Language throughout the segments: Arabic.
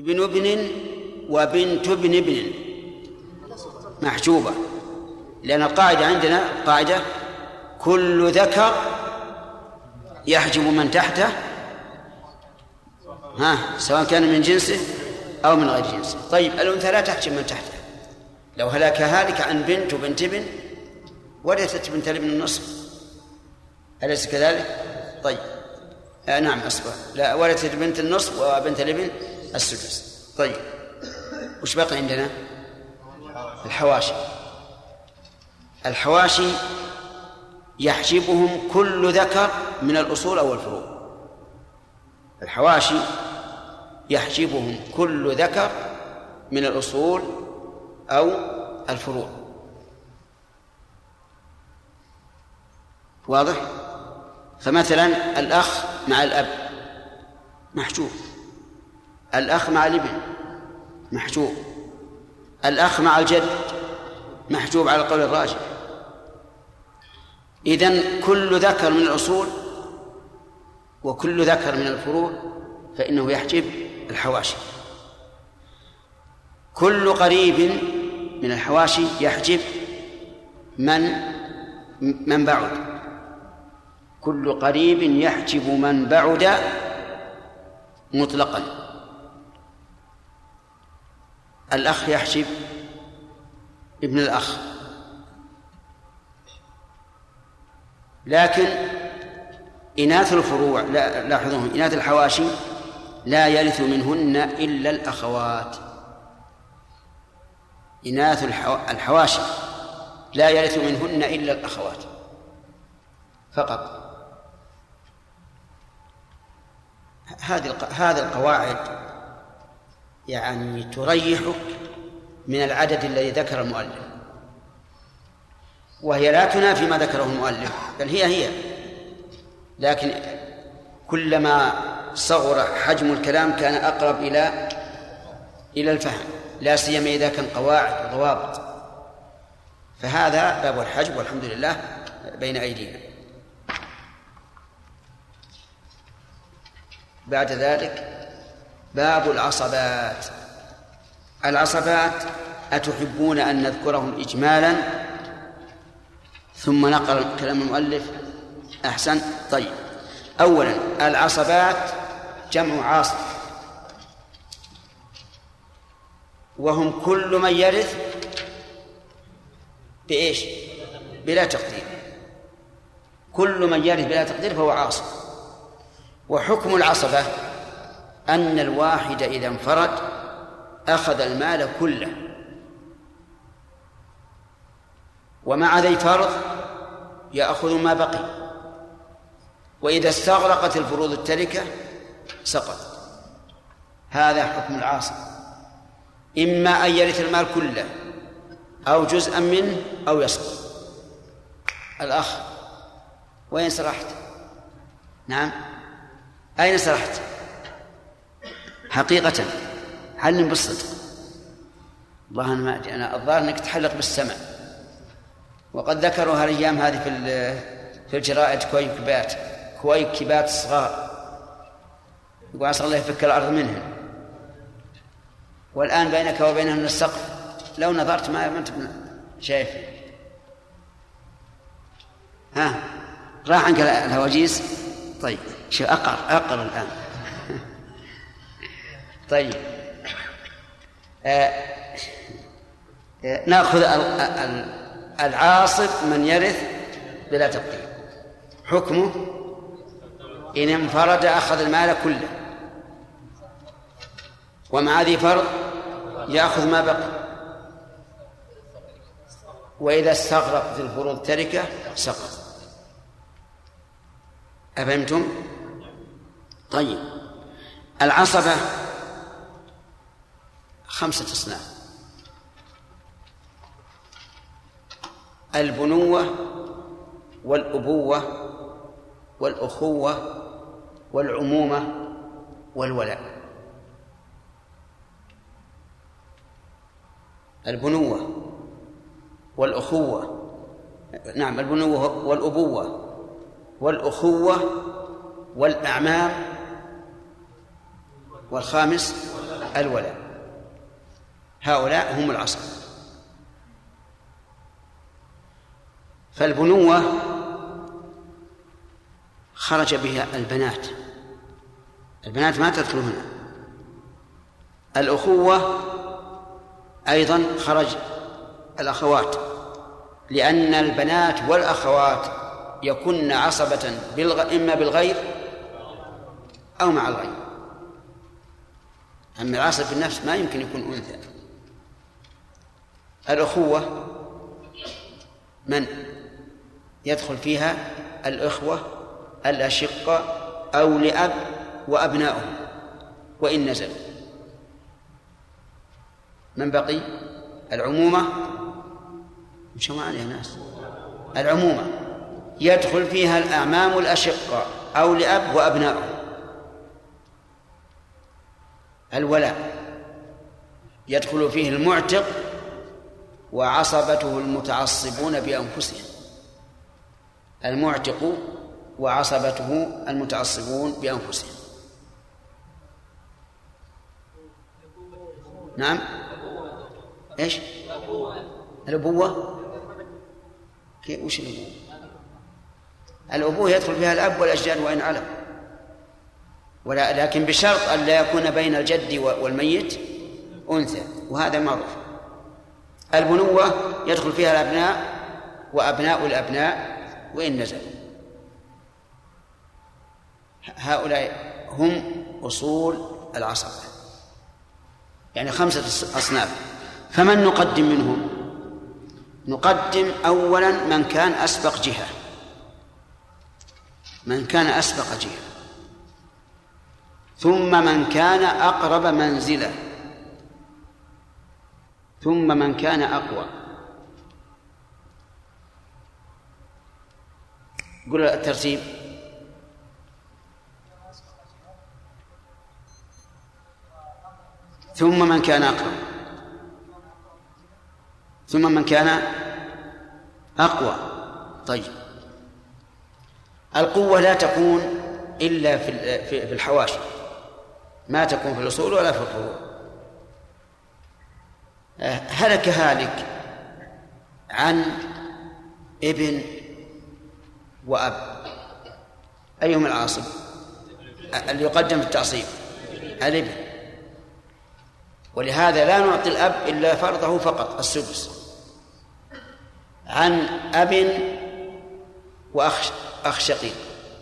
ابن ابن وبنت ابن ابن محجوبة، لأن القاعدة عندنا قاعدة كل ذكر يحجب من تحته سواء كان من جنسه أو من غير جنسه. طيب الأنثى لا تحجب من تحته، لو هلك هالك عن بنت وبنت ابن ورثت بنت الابن النصف، أليس كذلك؟ طيب نعم أصبح لا، ورثت بنت النصف وبنت الابن السدس. طيب وش بقي عندنا؟ الحواشي. الحواشي يحجبهم كل ذكر من الأصول أو الفروع. الحواشي يحجبهم كل ذكر من الأصول أو الفروع. واضح؟ فمثلا الأخ مع الأب محجوب، الأخ مع الابن محجوب، الأخ مع الجد محجوب على القول الراجح. إذن كل ذكر من الأصول وكل ذكر من الفروع فإنه يحجب الحواشي. كل قريب من الحواشي يحجب من بعد، كل قريب يحجب من بعد مطلقا. الأخ يحجب ابن الأخ، لكن إناث الفروع لاحظوا إناث الحواشي لا يرث منهن إلا الأخوات. إناث الحواشي لا يرث منهن إلا الأخوات فقط. هذه القواعد يعني تريحك من العدد الذي ذكر المؤلف، وهي لا تنافي ما ذكره المؤلف، بل هي لكن كلما صغر حجم الكلام كان أقرب إلى الفهم، لا سيما إذا كان قواعد وضوابط. فهذا باب الحجب والحمد لله بين أيدينا. بعد ذلك باب العصبات. العصبات أتحبون أن نذكرهم إجمالا ثم نقرأ كلام المؤلف؟ أحسن. طيب أولا العصبات جمع عاصب، وهم كل من يرث بإيش؟ بلا تقدير. كل من يرث بلا تقدير فهو عاصب. وحكم العصبة أن الواحد إذا انفرد أخذ المال كله، ومع ذي فرض يأخذ ما بقي، وإذا استغرقت الفروض التركة سقط. هذا حكم العاصب، إما أن يرث المال كله أو جزءا منه أو يسقط. الأخ وين سرحت؟ نعم أين سرحت؟ حقيقة حل بالصدق. والله أنا ما أدري، أنا الظاهر أنك تحلق بالسمع. وقد ذكروا هالأيام هذه في الجرائد كويكبات صغار، وعسى الله يفك الأرض منهم، والآن بينك وبينهم السقف، لو نظرت ما أنت شايف. راح عنك الهواجيس. طيب شو أقر الآن. طيب نأخذ العاصب من يرث بلا تقدير. حكمه إن انفرد أخذ المال كله، ومع ذي فرض يأخذ ما بقي، وإذا استغرق في الفروض تركة سقط. أفهمتم؟ طيب العصبة 5 أصناف: البنوة والأبوة والأخوة والعمومة والولاء. البنوة والأخوة، نعم البنوة والأبوة والأخوة والأعمام، والخامس الولاء، هؤلاء هم العصبة. فالبنوة خرج بها البنات، البنات ما تدخل هنا. الأخوة أيضا خرج الأخوات، لأن البنات والأخوات يكن عصبة إما بالغير أو مع الغير. أما العصب بالنفس ما يمكن يكون أنثى. الأخوة من يدخل فيها؟ الإخوة الأشقاء أو لأب وأبناؤهم وإن نزلوا. من بقي؟ العمومة، مش عليها ناس. العمومة يدخل فيها الأعمام الأشقاء أو لأب وأبناؤهم. الولاء يدخل فيه المعتق وعصبته المتعصبون بأنفسهم، المعتق وعصبته المتعصبون بأنفسهم. نعم. إيش؟ الأبوة. وش الأبوة؟ الأبوة يدخل فيها الأب والأجداد وإن علم، لكن بشرط أن لا يكون بين الجد والميت أنثى، وهذا معروف. البنوة يدخل فيها الأبناء وأبناء الأبناء وإن نزلوا. هؤلاء هم أصول العصبة، يعني 5 أصناف. فمن نقدم منهم؟ نقدم أولا من كان أسبق جهة، من كان أسبق جهة، ثم من كان أقرب منزلة، ثم من كان أقوى. قل الترتيب. ثم من كان أقرب، ثم من كان أقوى. طيب، القوة لا تكون إلا في الحواشي، ما تكون في الأصول ولا في الفروع. هلك هالك عن ابن وأب، أيهم العاصب؟ اللي يقدم في التعصيب الابن، ولهذا لا نعطي الأب إلا فرضه فقط 1/6. عن أب وأخ شقيق،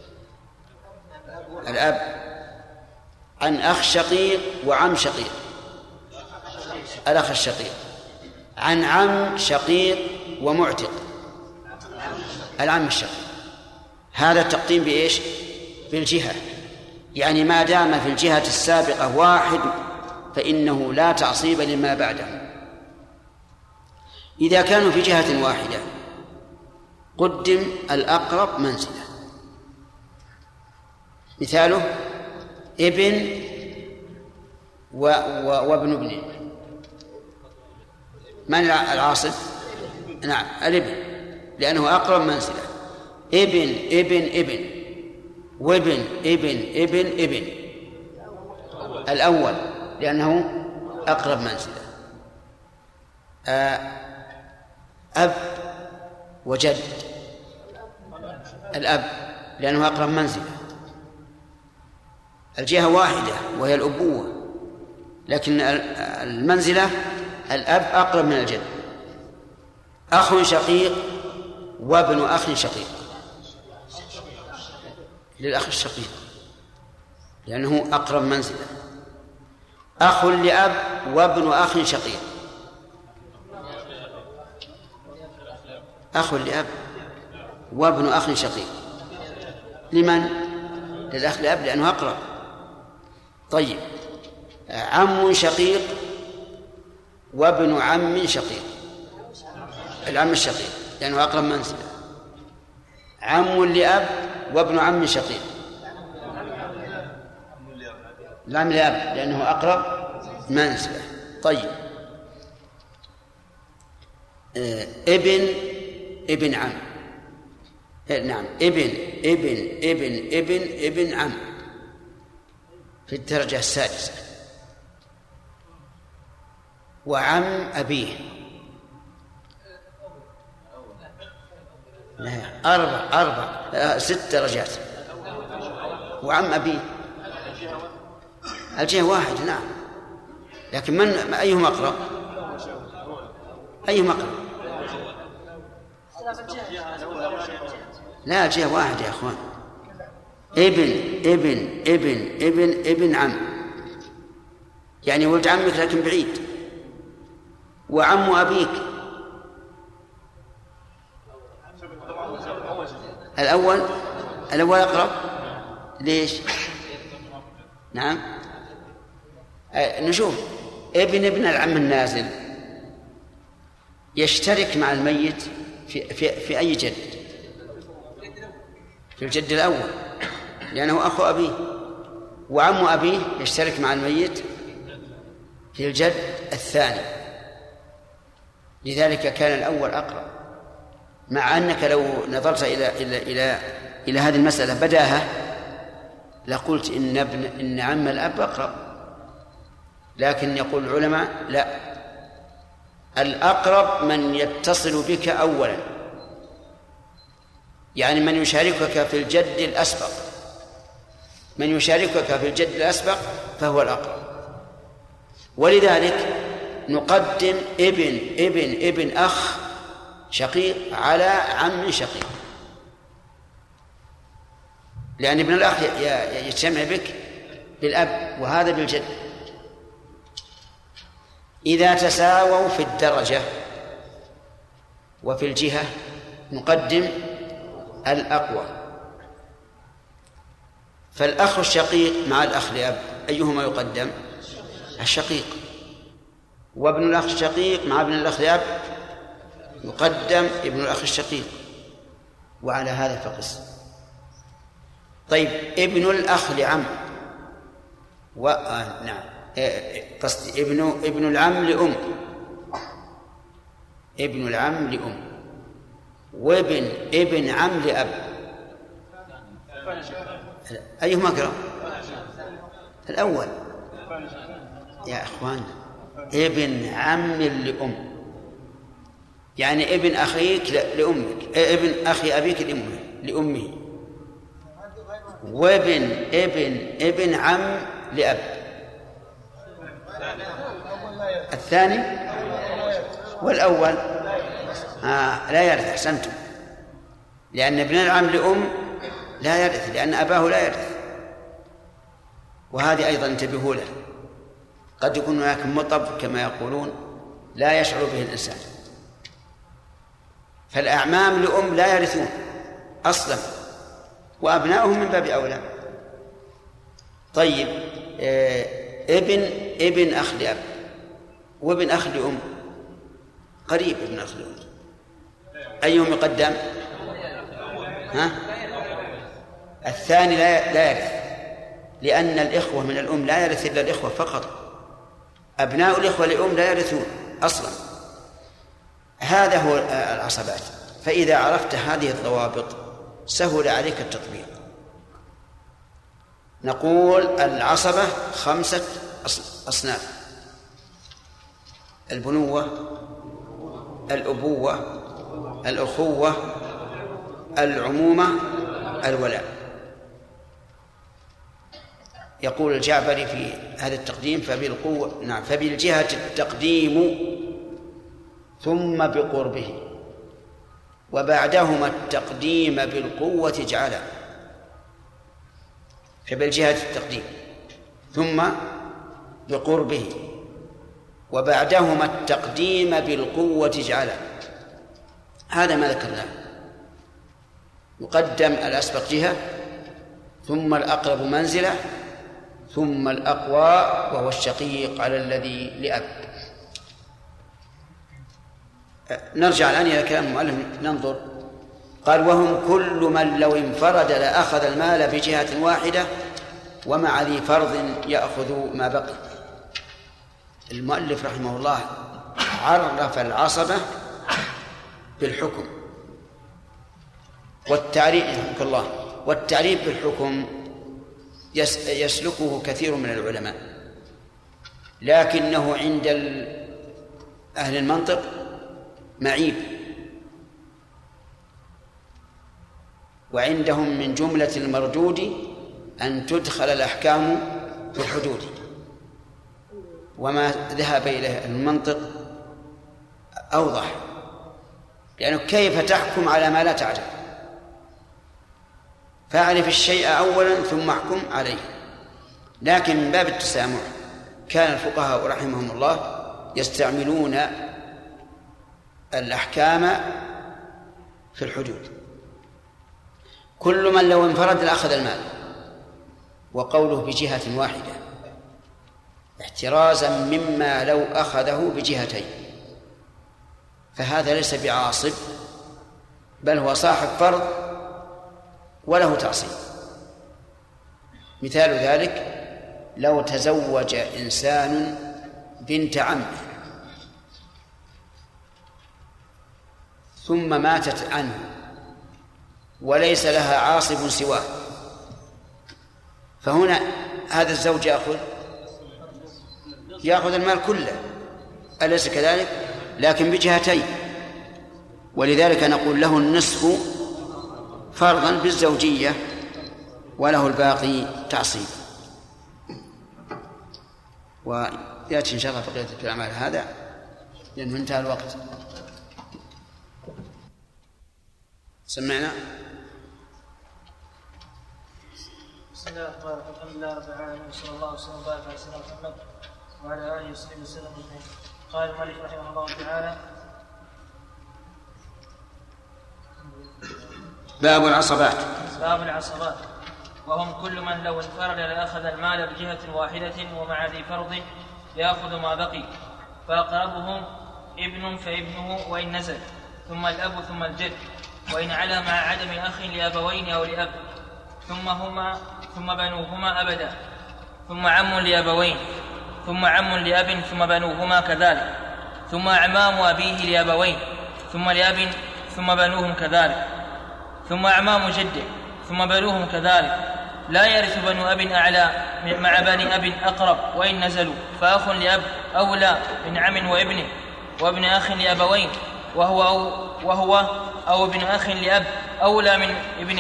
الأب عن أخ شقيق وعم شقيق، الأخ الشقيق، عن عم شقيق ومعتق، العم الشقيق. هذا التقديم بإيش؟ بالجهة، يعني ما دام في الجهة السابقة واحد فإنه لا تعصيب لما بعده. إذا كانوا في جهة واحدة قدم الأقرب منزلة. مثاله ابن وابن ابن. من العاصب؟ نعم الابن، لأنه أقرب منزلة. ابن ابن ابن وابن ابن ابن ابن، الأول لأنه أقرب منزلة. أب وجد، الأب لأنه أقرب منزلة. الجهة واحدة وهي الأبوة، لكن المنزلة الأب أقرب من الجد. أخ شقيق وابن أخ شقيق، للأخ الشقيق لأنه أقرب منزلة. أخ لأب وابن أخ شقيق، أخ لأب وابن أخ شقيق. لمن؟ للأخ لأب لأنه أقرب. طيب، عم شقيق وابن عم شقيق، العم الشقيق لأنه أقرب منزلة. عم لأب وابن عم شقيق، العم لأب لأنه أقرب منزلة. طيب، ابن عم، نعم ابن عم في الدرجة السادسة. وعم أبيه. لا، أربع 6 درجات. وعم أبيه الجهة واحد، نعم، لكن من أيهم أقرب؟ أيهم أقرب؟ لا، الجهة واحد يا أخوان. ابن عم، يعني ولد عمك لكن بعيد. وعم أبيك الأول أقرب. ليش؟ نعم، نشوف. ابن العم النازل يشترك مع الميت في أي جد؟ في الجد الأول، لأنه أخو أبيه. وعم أبيه يشترك مع الميت في الجد الثاني، لذلك كان الأول أقرب. مع أنك لو نظرت إلى هذه المسألة بداهة لقلت إن عم الأب أقرب، لكن يقول العلماء لا، الأقرب من يتصل بك أولا، يعني من يشاركك في الجد الأسبق. من يشاركك في الجد الأسبق فهو الأقرب. ولذلك نقدم ابن أخ شقيق على عم شقيق، لأن ابن الأخ يجتمع بك بالأب وهذا بالجد. إذا تساووا في الدرجة وفي الجهة نقدم الأقوى. فالأخ الشقيق مع الأخ لأب أيهما يقدم؟ الشقيق. وابن الأخ الشقيق مع ابن الأخ لأب يقدم ابن الأخ الشقيق. وعلى هذا فقس. طيب، ابن الأخ لعم نعم، قصدي ابن العم لأم، ابن العم لأم، ابن عم لأب، أيهما أقرب؟ الأول يا أخوان. ابن عم لأم يعني ابن أخيك لأمك، ابن أخي أبيك لأمه، ابن عم لأب. الثاني والأول لا يرث. أحسنتم، لأن ابن العم لأم لا يرث، لأن أباه لا يرث. وهذه أيضا انتبهوا له، قد يكون هناك مطب كما يقولون لا يشعر به الإنسان. فالأعمام لأم لا يرثون أصلا، وأبناؤهم من باب أولى. طيب، ابن أخ لأب وابن أخ لأم قريب، ابن أخ لأم أيهم يقدم؟ الثاني لا يرث، لأن الإخوة من الأم لا يرث إلا الإخوة فقط. أبناء الإخوة لأم لا يرثون أصلا. هذا هو العصبات. فإذا عرفت هذه الضوابط سهل عليك التطبيق. نقول العصبة 5 أصناف: البنوة، الأبوة، الأخوة، العمومة، الولاء. يقول الجعبري في هذا التقديم: فبالجهة التقديم ثم بقربه، وبعدهما التقديم بالقوة اجعلا. فبالجهة التقديم ثم بقربه وبعدهما التقديم بالقوة اجعلا. هذا ما ذكرناه. يقدم الأسبق جهة، ثم الأقرب منزلة، ثم الأقوى وهو الشقيق على الذي لأب. نرجع الآن إلى كلام المؤلف ننظر. قال: وهم كل من لو انفرد لأخذ المال بجهة واحدة ومع ذي فرض يأخذ ما بقي. المؤلف رحمه الله عرف العصبة بالحكم والتعريف بالحكم يسلكه كثير من العلماء، لكنه عند أهل المنطق معيب، وعندهم من جملة المردود أن تدخل الأحكام في الحدود، وما ذهب إليه المنطق أوضح، لأنه كيف تحكم على ما لا تعرف؟ فاعرف الشيء أولا ثم احكم عليه. لكن من باب التسامح كان الفقهاء رحمهم الله يستعملون الأحكام في الحدود. كل من لو انفرد لأخذ المال، وقوله بجهة واحدة احترازا مما لو أخذه بجهتين، فهذا ليس بعاصب، بل هو صاحب فرض وله تعصيب. مثال ذلك لو تزوج إنسان بنت عمه ثم ماتت عنه وليس لها عاصب سواه، فهنا هذا الزوج يأخذ المال كله، أليس كذلك؟ لكن بجهتين، ولذلك نقول له النصف فرضا بالزوجية وله الباقي تعصيب. ويأتي إن شاء الله بقية الأعمال هذا لأنه انتهى الوقت. سمعنا. بسم الله الرحمن الرحيم، الحمد لله رب العالمين، وصلى الله وسلم وبارك على سيدنا محمد وعلى آله وصحبه وسلم أجمعين. قال المؤلف رحمه الله تعالى: باب العصبات. باب العصبات، وهم كل من لو انفرد لأخذ المال بجهة واحدة ومع ذي فرض يأخذ ما بقي، فأقربهم ابن فابنه وإن نزل، ثم الأب ثم الجد، وإن علا مع عدم أخ لأبوين أو لأب، ثم بنوهما أبدا، ثم عم لأبوين، ثم عم لأب، ثم بنوهما كذلك، ثم أعمام أبيه لأبوين، ثم لأب، ثم بنوهم كذلك، ثم أعمام جده، ثم بنوهم كذلك. لا يرث بنو أب أعلى مع بني أب أقرب وإن نزلوا، فأخ لأب أولى من عم وابنه، وابن أخ لأبوين وهو أو ابن أخ لأب أولى من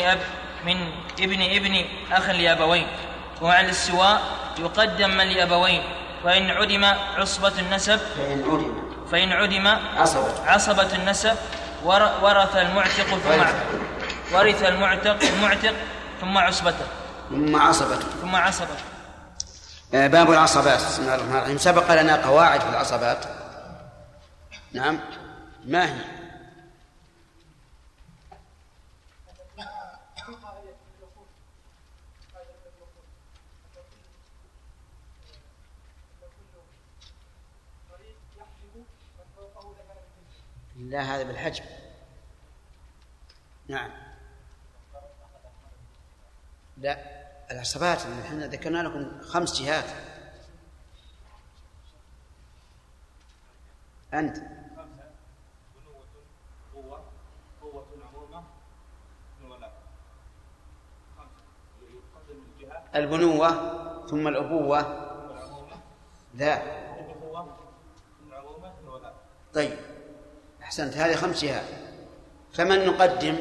ابن أخ لأبوين. وعلى السواء يقدم من لأبوين، فإن عدم عصبة النسب فإن عدم عصبة النسب ورث المعتق ثم عصبته ثم عصبته. باب العصبات. بسم الله الرحمن الرحيم. سبق لنا قواعد في العصبات. نعم، ما هي؟ لا، هذا بالحجب. نعم، لا، العصبات نحن ذكرنا لكم 5 جهات. أنت البنوة ثم الأبوة ذا. طيب، أحسنت، هذه 5 جهات. فمن نقدم؟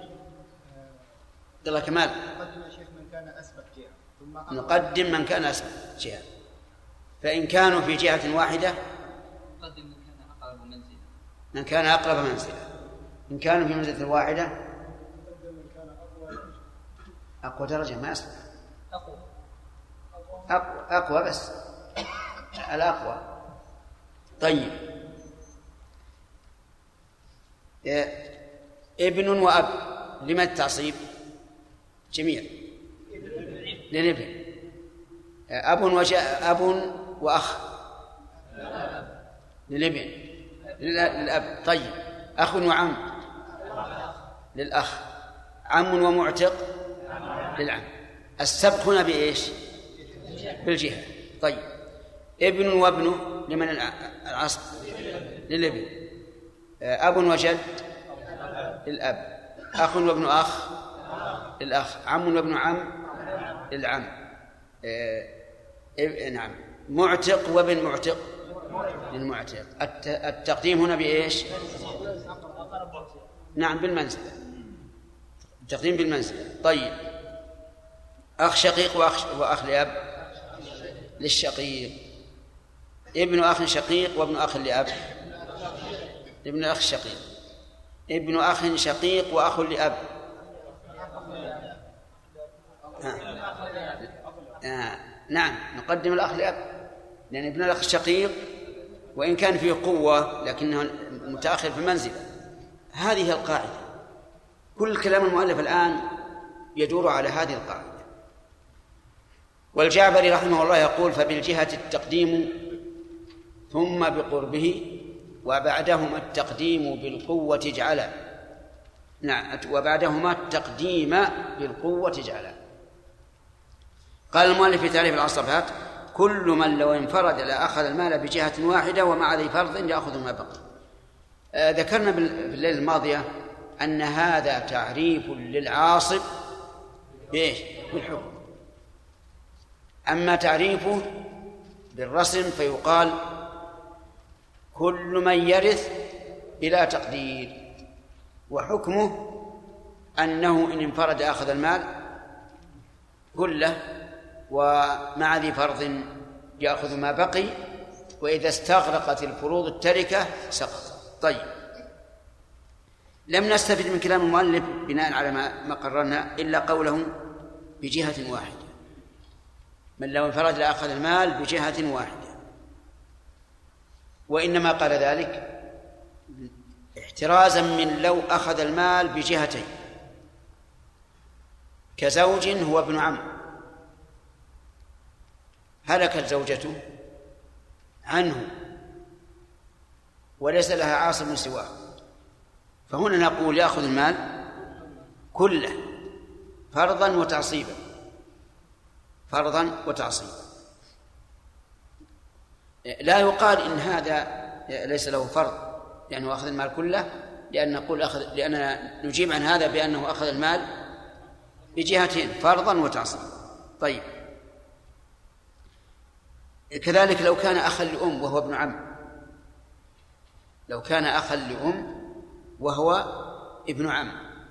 يلا كمال. نقدم يا شيخ من كان أسبق جهة، نقدم من كان أسبق جهة، فإن كانوا في جهة واحدة نقدم من كان أقرب منزلة. من كان أقرب منزلة. إن كانوا في منزلة واحدة نقدم من كان أقوى درجة، ما أصلح أقوى بس الأقوى. طيب، ابن وأب، لما التعصيب؟ جميع للابن. أب وأخ للابن للأب. طيب، أخ وعم للأخ، عم ومعتق للعم. السبق هنا بإيش؟ بالجهة. طيب، ابن وابنه لمن العصب؟ للابن. أب وجد للأب، أخ وابن أخ للأخ، عم وابن عم للعم. نعم، معتق وابن معتق للمعتق. التقديم هنا بإيش؟ نعم بالمنزلة، التقديم بالمنزلة. طيب أخ شقيق وأخ لأب للشقيق، ابن أخ شقيق وابن أخ لأب ابن أخ شقيق، ابن أخ شقيق وأخ لأب نعم نقدم الأخ لأب، لأن ابن الأخ الشقيق وإن كان فيه قوة لكنه متأخر في المنزلة. هذه القاعدة، كل كلام المؤلف الآن يدور على هذه القاعدة. والجعبري رحمه الله يقول: فبالجهة التقديم ثم بقربه وبعدهما التقديم بالقوة اجعلا. نعم، وبعدهما التقديم بالقوة اجعلا. قال المؤلف في تعريف العصبات: كل من لو انفرد لأخذ المال بجهة واحدة ومع ذي فرض يأخذ ما بقي. ذكرنا في الليلة الماضية أن هذا تعريف للعاصب بإيش؟ بالحكم. أما تعريفه بالرسم فيقال: كل من يرث بلا تقدير، وحكمه أنه إن انفرد أخذ المال كله ومع ذي فرض يأخذ ما بقي، وإذا استغرقت الفروض التركة سقط. طيب، لم نستفد من كلام المؤلف بناء على ما قررنا إلا قوله بجهة واحدة، من لو انفرد لأخذ المال بجهة واحدة، وإنما قال ذلك احترازا من لو أخذ المال بجهتين، كزوج هو ابن عم هلكت زوجته عنه وليس لها عاصم سواه، فهنا نقول يأخذ المال كله فرضا وتعصيبا، فرضا وتعصيبا. لا يقال إن هذا ليس له فرض لأنه أخذ المال كله، لأننا نجيب عن هذا بأنه أخذ المال بجهتين فرضا وتعصيبا. طيب، كذلك لو كان أخا لأم وهو ابن عم، لو كان أخا لأم وهو ابن عم،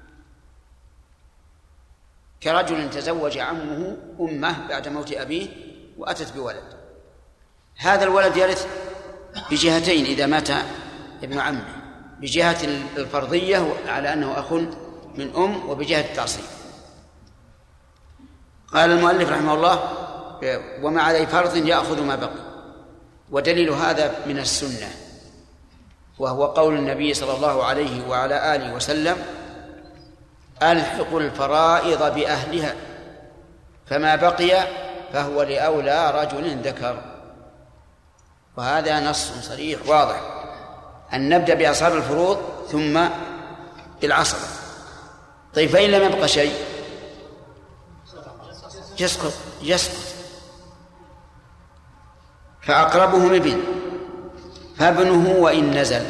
كرجل تزوج عمه أمه بعد موت أبيه وأتت بولد، هذا الولد يرث بجهتين إذا مات ابن عمه، بجهة الفرضية على أنه أخ من أم، وبجهة التعصيب. قال المؤلف رحمه الله: ومع ذي فرض يأخذ ما بقي. ودليل هذا من السنة، وهو قول النبي صلى الله عليه وعلى آله وسلم: ألحق الفرائض بأهلها فما بقي فهو لأولى رجل ذكر. وهذا نص صريح واضح أن نبدأ بأصحاب الفروض ثم بالعصبة. طيب، فإن لم يبقى شيء يسقط. فأقربهم ابن فابنه وإن نزل.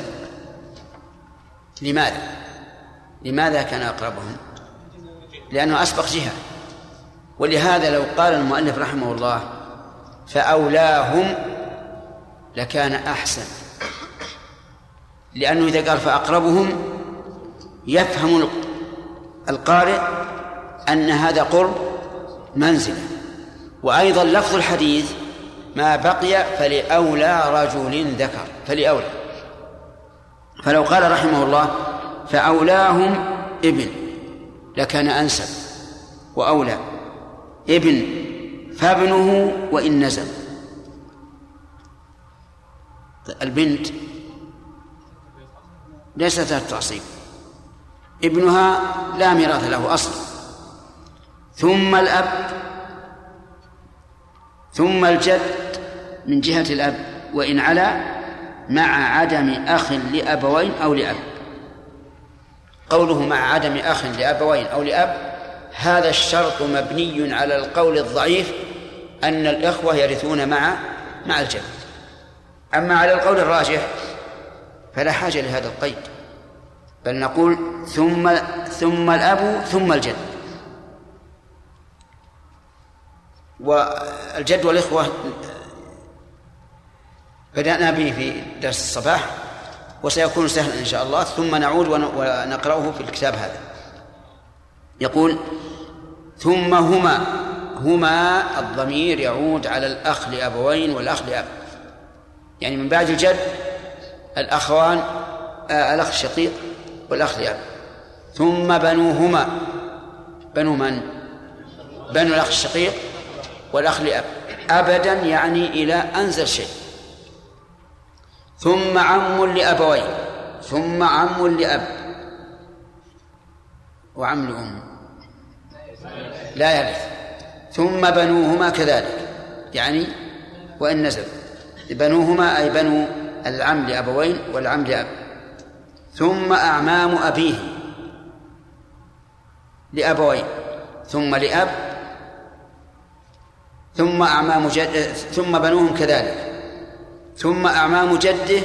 لماذا كان أقربهم؟ لأنه أسبق جهة. ولهذا لو قال المؤلف رحمه الله فأولاهم لكان أحسن، لأنه إذا قال فأقربهم يفهم القارئ أن هذا قرب منزلة. وأيضا لفظ الحديث ما بقي فلأولى رجل ذكر، فلأولى. فلو قال رحمه الله فأولاهم ابن لكان أنسب وأولى، ابن فابنه وإن نزل. البنت ليست لها التعصيب، ابنها لا ميراث له أصلا، ثم الأب، ثم الجد من جهة الأب وإن علا، مع عدم أخ لأبوين أو لأب. قوله مع عدم أخ لأبوين أو لأب هذا الشرط مبني على القول الضعيف أن الإخوة يرثون مع الجد. أما على القول الراجح فلا حاجة لهذا القيد، بل نقول ثم الأب ثم الجد. والجد والإخوة بدأنا به في درس الصباح وسيكون سهلا إن شاء الله، ثم نعود ونقرأه في الكتاب هذا. يقول ثم هما الضمير يعود على الأخ لأبوين والأخ لأب، يعني من بعد الجد الأخوان الأخ الشقيق والأخ لأب. ثم بنوهما، بنو من؟ بنو الأخ الشقيق والأخ لأب أبدا، يعني إلى أنزل شيء. ثم عم لأبوين، ثم عم لأب، وعم لأم لا يرث. ثم بنوهما كذلك، يعني وإن نزل. بنوهما أي بنو العم لأبوين والعم لأب. ثم أعمام أبيه لأبوين ثم لأب، ثم أعمام جد، ثم بنوهم كذلك، ثم أعمام جده،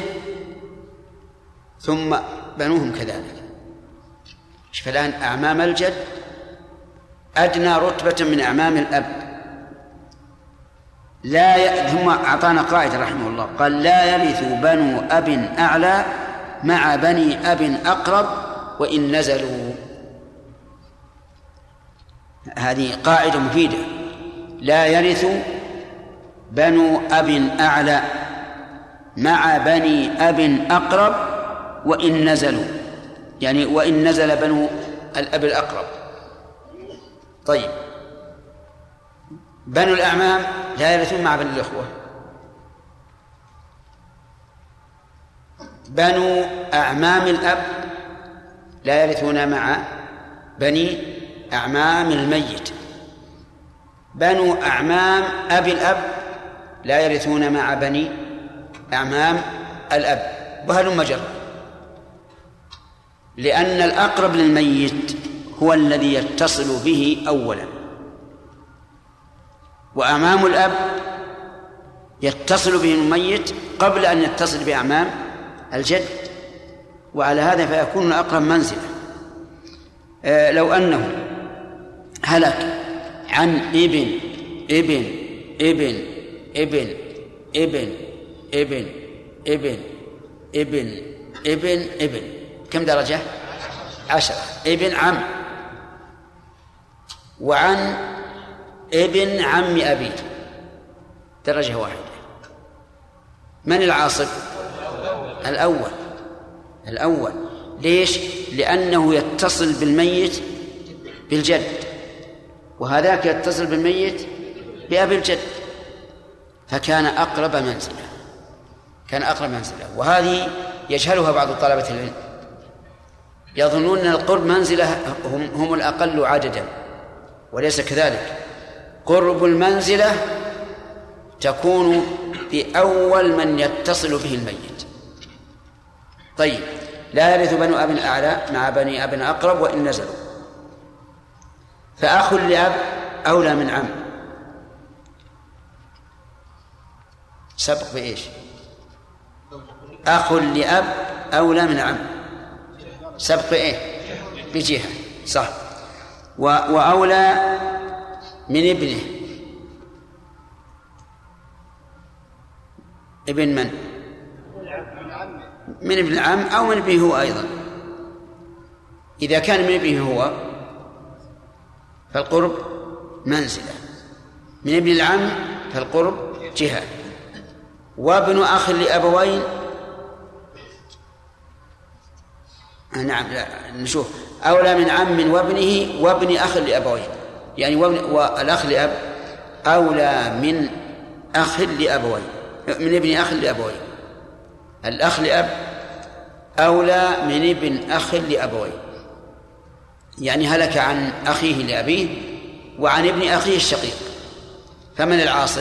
ثم بنوهم كذلك. فالآن أعمام الجد أدنى رتبة من أعمام الأب. ثم أعطانا قاعدة رحمه الله، قال لا يرث بنو أب أعلى مع بني أب أقرب وإن نزلوا. هذه قاعدة مفيدة. لا يرث بنو أب أعلى مع بني أب أقرب وإن نزلوا، يعني وإن نزل بنو الأب الأقرب. طيب بنو الأعمام لا يرثون مع بني الإخوة. بنو أعمام الأب لا يرثون مع بني أعمام الميت. بنو أعمام أبي الأب لا يرثون مع بني أعمام الأب، وهلم جرا، لأن الأقرب للميت هو الذي يتصل به أولا، وأعمام الأب يتصل به الميت قبل أن يتصل بأعمام الجد، وعلى هذا فيكون الأقرب منزلة. لو أنه هلك عن ابن ابن ابن ابن ابن ابن ابن ابن ابن ابن، كم درجة؟ 10. ابن عم، وعن ابن عم أبيه درجة واحدة. من العاصب؟ الأول. ليش؟ لأنه يتصل بالميت بالجد، وهذاك يتصل بالميت بأبي الجد، فكان أقرب منزلة. وهذه يجهلها بعض طلبة العلم، يظنون أن القرب منزلة هم الأقل عددا، وليس كذلك. قرب المنزلة تكون بأول من يتصل به الميت. طيب لا يرث بنو أب أعلى مع بني أب أقرب وإن نزلوا. فأخ لأب أولى من عم. سبق بإيش؟ أخ لأب أولى من عم، سبق إيه؟ بجهة، صح. وأولى من ابنه. ابن من؟ من ابن العم أو من ابنه هو أيضا. إذا كان من ابنه هو فالقرب منزلة، من ابن العم فالقرب جهة. وابن أخ لأبوين، نعم، لا نشوف، أولى من عم وابنه وابن أخ لأبوين، يعني والأخ لأب أولى من أخ لأبوين، من ابن أخ لأبوين. الأخ لأب أولى من ابن أخ لأبوين، يعني هلك عن أخيه لأبيه وعن ابن أخيه الشقيق، فمن العاصب؟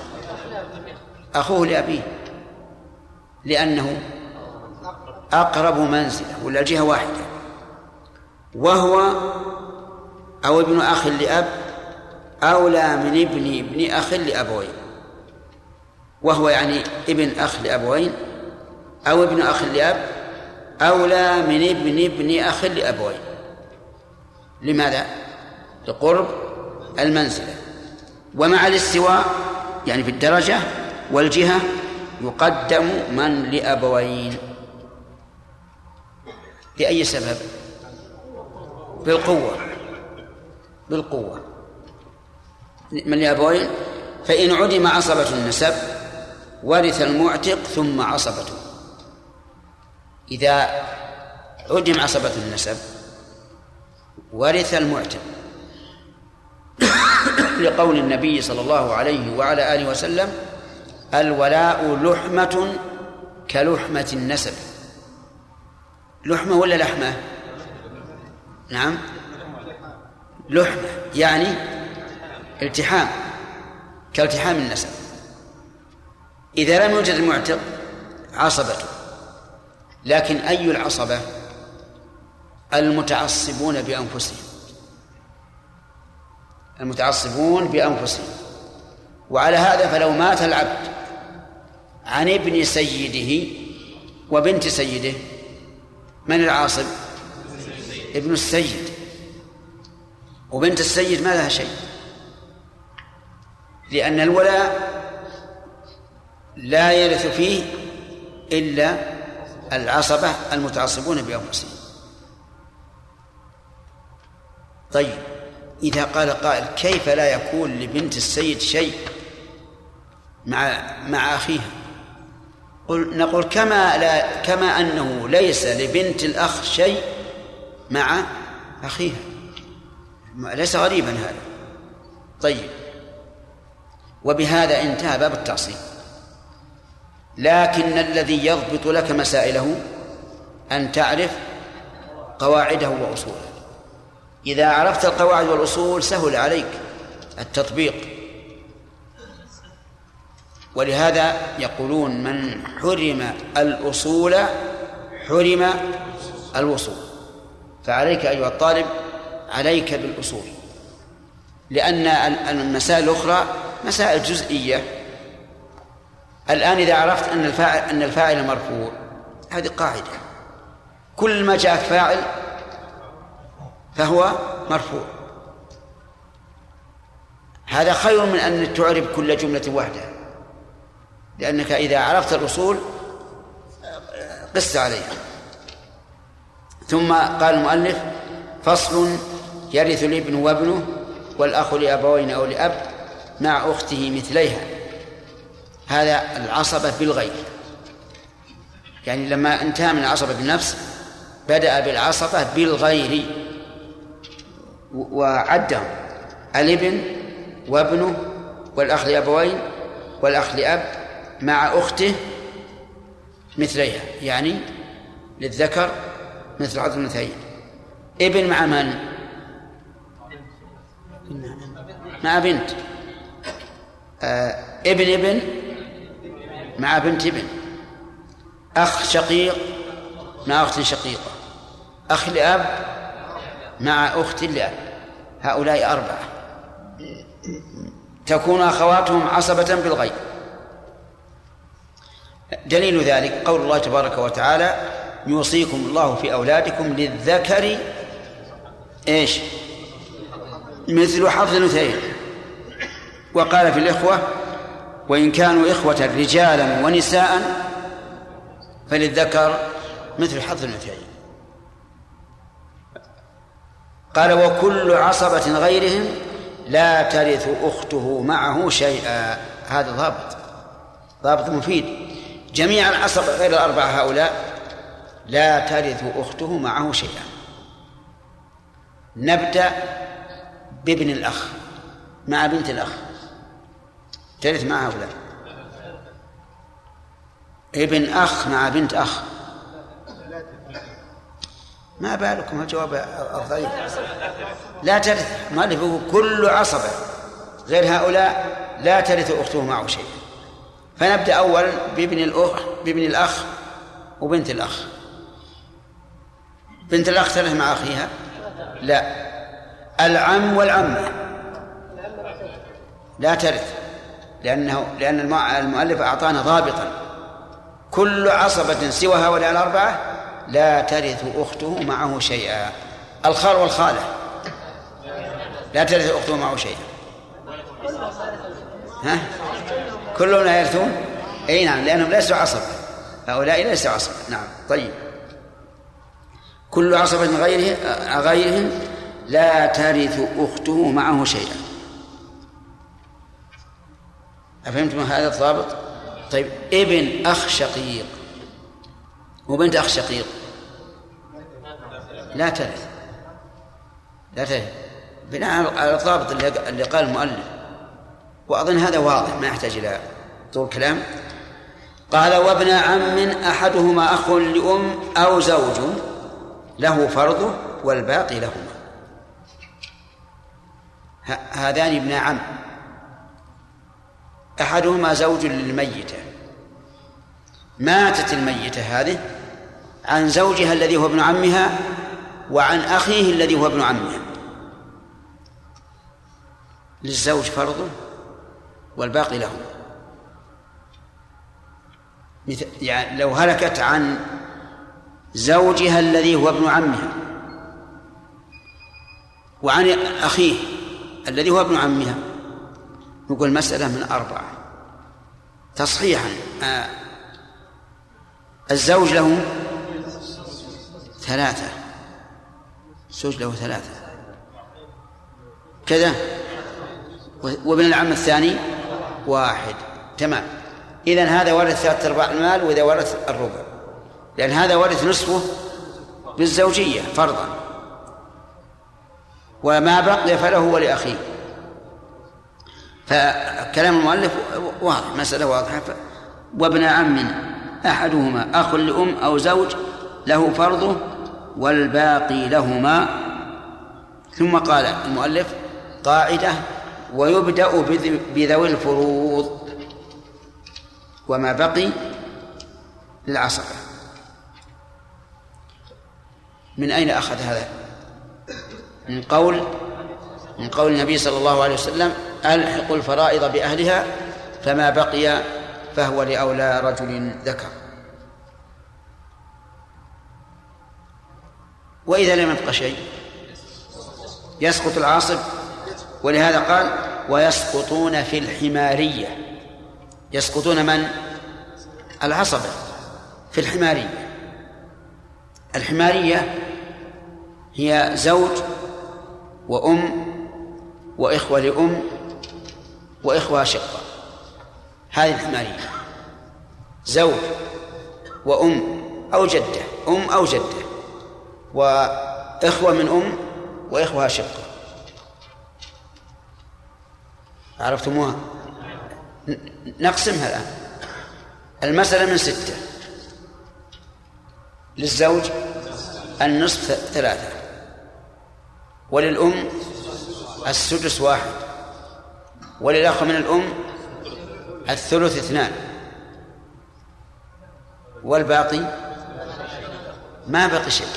أخوه لأبيه، لأنه أقرب منزلة ولا جهة واحدة. وهو أو ابن أخ لأب أولى من ابن أخ لأبوين، وهو يعني ابن أخ لأبوين أو ابن أخ لأب أولى من ابن أخ لأبوين. لماذا؟ لقرب المنزلة. ومع الاستواء يعني في الدرجة والجهة يقدم من لأبوين. لأي سبب؟ بالقوة من لأبوين. فإن عدم عصبة النسب ورث المعتق ثم عصبته. إذا عدم عصبة النسب ورث المعتق، لقول النبي صلى الله عليه وعلى آله وسلم: الولاء لحمة كلحمة النسب. لحمة ولا لحمة؟ نعم، لحمة يعني التحام، كالتحام النسب. إذا لم يوجد المعتق عصبته. لكن أي العصبة؟ المتعصبون بأنفسهم. وعلى هذا فلو مات العبد عن ابن سيده وبنت سيده، من العاصب؟ ابن السيد. وبنت السيد ما لها شيء، لأن الولاء لا يرث فيه إلا العصبة المتعصبون بأنفسهم. طيب، إذا قال قائل: كيف لا يكون لبنت السيد شيء مع أخيها؟ نقول كما أنه ليس لبنت الأخ شيء مع أخيها، ليس غريبا هذا. طيب، وبهذا انتهى باب التعصيب. لكن الذي يضبط لك مسائله أن تعرف قواعده وأصوله. إذا عرفت القواعد والأصول سهل عليك التطبيق. ولهذا يقولون: من حرم الأصول حرم الوصول. فعليك أيها الطالب، عليك بالأصول، لأن المسائل الأخرى مسائل جزئية. الآن إذا عرفت أن الفاعل مرفوع، هذه قاعدة: كل ما جاءك فاعل فهو مرفوع. هذا خير من أن تعرب كل جملة واحدة، لأنك إذا عرفت الأصول قست عليها. ثم قال المؤلف: فصل: يرث الابن وابنه والأخ لأبوين أو لأب مع أخته مثليها. هذا العصبة بالغير، يعني لما انتهى من العصبة بالنفس بدأ بالعصبة بالغير وعدهم: الابن وابنه والأخ لأبوين والأخ لأب مع أخته مثليها، يعني للذكر مثل حظ الأنثيين. ابن مع من؟ مع بنت. ابن مع بنت ابن. أخ شقيق مع أخت شقيقة. أخ لأب مع أخت لأب. هؤلاء 4 تكون أخواتهم عصبة بالغير. دليل ذلك قول الله تبارك وتعالى: يوصيكم الله في أولادكم للذكر إيش؟ مثل حظ الأنثيين. وقال في الإخوة: وإن كانوا إخوة رجالا ونساء فللذكر مثل حظ الأنثيين. قال: وكل عصبة غيرهم لا ترث أخته معه شيئا. هذا ضابط مفيد. جميع العصبة غير 4 هؤلاء لا ترث أخته معه شيئا. نبدأ بابن الأخ مع بنت الأخ، ترث مع هؤلاء. ابن أخ مع بنت أخ، ما بالكم الجواب الضعيف. لا ترث. مؤلف يقول: كل عصبة غير هؤلاء لا ترث أخته معه شيئا. فنبدأ أولا بابن الأخ وبنت الأخ. بنت الأخ ترث مع أخيها؟ لا. العم والعمة لا ترث، لأن المؤلف أعطانا ضابطا: كل عصبة سوى هؤلاء 4 لا ترث أخته معه شيئا. الخال والخالة لا ترث أخته معه شيئا. كلهم لا يرثون أي نعم، لأنهم ليسوا عصبة، هؤلاء ليسوا عصبة. نعم. طيب، كل عصبة غيرهم لا ترث أخته معه شيئا. أفهمتم هذا الضابط؟ طيب، ابن أخ شقيق وبنت أخ شقيق لا ترث بناء على الضابط اللي قال المؤلف، وأظن هذا واضح ما يحتاج إلى طول كلام. قال: وابن عم أحدهما أخ لأم أو زوج له فرضه والباقي لهما. هذان ابن عم، أحدهما زوج للميتة، ماتت الميتة هذه عن زوجها الذي هو ابن عمها وعن أخيه الذي هو ابن عمها، للزوج فرضه والباقي له. يعني لو هلكت عن زوجها الذي هو ابن عمها وعن أخيه الذي هو ابن عمها، نقول مسألة من 4 تصحيحا. الزوج له 3، الزوج له 3 كذا، وابن العم الثاني 1. تمام. إذن هذا ورث 3/4 المال، وإذا ورث الربع، لأن هذا ورث نصفه بالزوجية فرضا، وما بقي فله ولأخيه. فكلام المؤلف واضح، مسألة واضحة. وابن عم أحدهما أخ لأم أو زوج له فرضه والباقي لهما. ثم قال المؤلف: قاعدة: ويبدأ بذوي الفروض وما بقي للعصبة. من أين أخذ هذا؟ من قول النبي صلى الله عليه وسلم: ألحقوا الفرائض بأهلها فما بقي فهو لأولى رجل ذكر. وإذا لم يبق شيء يسقط العاصب، ولهذا قال: ويسقطون في الحمارية. يسقطون من؟ العصبة في الحمارية. الحمارية هي زوج وأم وإخوة لأم وإخوة شقة. هذه الحمارية، زوج وأم أو جدة، أم أو جدة، وإخوة من أم وإخوة شقة. عرفتموها؟ نقسمها الآن. المسألة من 6. للزوج النصف 3، وللأم السدس 1، وللأخ من الأم الثلث 2، والباقي ما بقي شيء.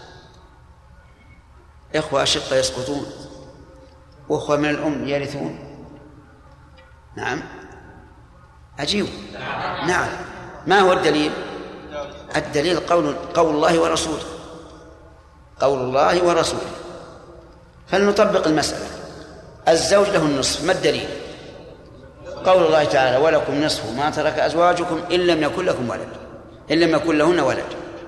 إخوة أشقة يسقطون، وأخوة من الأم يرثون. نعم، عجيب. نعم. ما هو الدليل؟ الدليل قول الله ورسوله، قول الله ورسوله. فلنطبق المسألة. الزوج له النصف، ما الدليل؟ قول الله تعالى: ولكم نصف ما ترك أزواجكم إن لم يكن لكم ولد، إن لم يكن لهن ولد.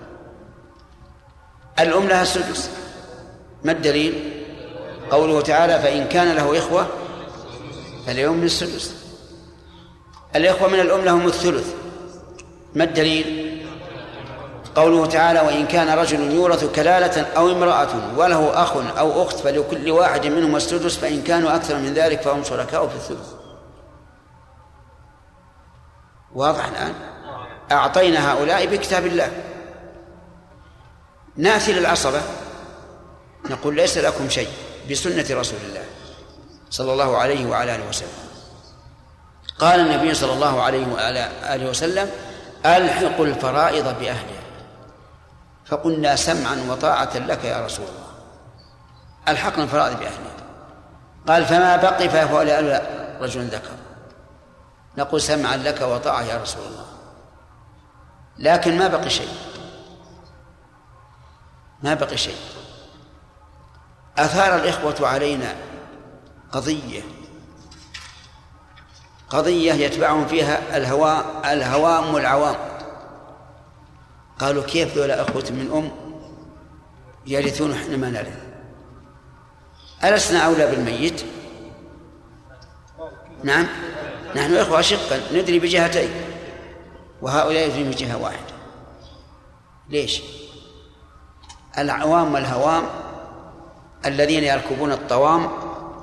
الأم لها السدس، ما الدليل؟ قوله تعالى: فإن كان له إخوة فليوم السدس. الإخوة من الأم لهم الثلث، ما الدليل؟ قوله تعالى: وإن كان رجل يورث كلالة أو امرأة وله أخ أو أخت فلكل واحد منهم السدس فإن كانوا أكثر من ذلك فهم شركاء في الثلث. واضح الآن؟ أعطينا هؤلاء بكتاب الله. نأتي للعصبة نقول: ليس لكم شيء بسنة رسول الله صلى الله عليه وعلى آله وسلم. قال النبي صلى الله عليه وعلى آله وسلم: ألحقوا الفرائض بأهلها. فقلنا: سمعا وطاعة لك يا رسول الله. ألحقنا الفرائض بأهلها. قال: فما بقي فهو لأولى رجل ذكر. نقول: سمعا لك وطاعة يا رسول الله، لكن ما بقي شيء، ما بقي شيء. أثار الإخوة علينا قضية يتبعهم فيها الهوام والعوام. قالوا كيف ذولا أخوة من أم يرثون إحنا ما نرث؟ ألسنا أولى بالميت؟ نعم، نحن إخوة أشقا ندري بجهتين، وهؤلاء يدرون بجهة واحدة. ليش؟ العوام والهوام الذين يركبون الطوام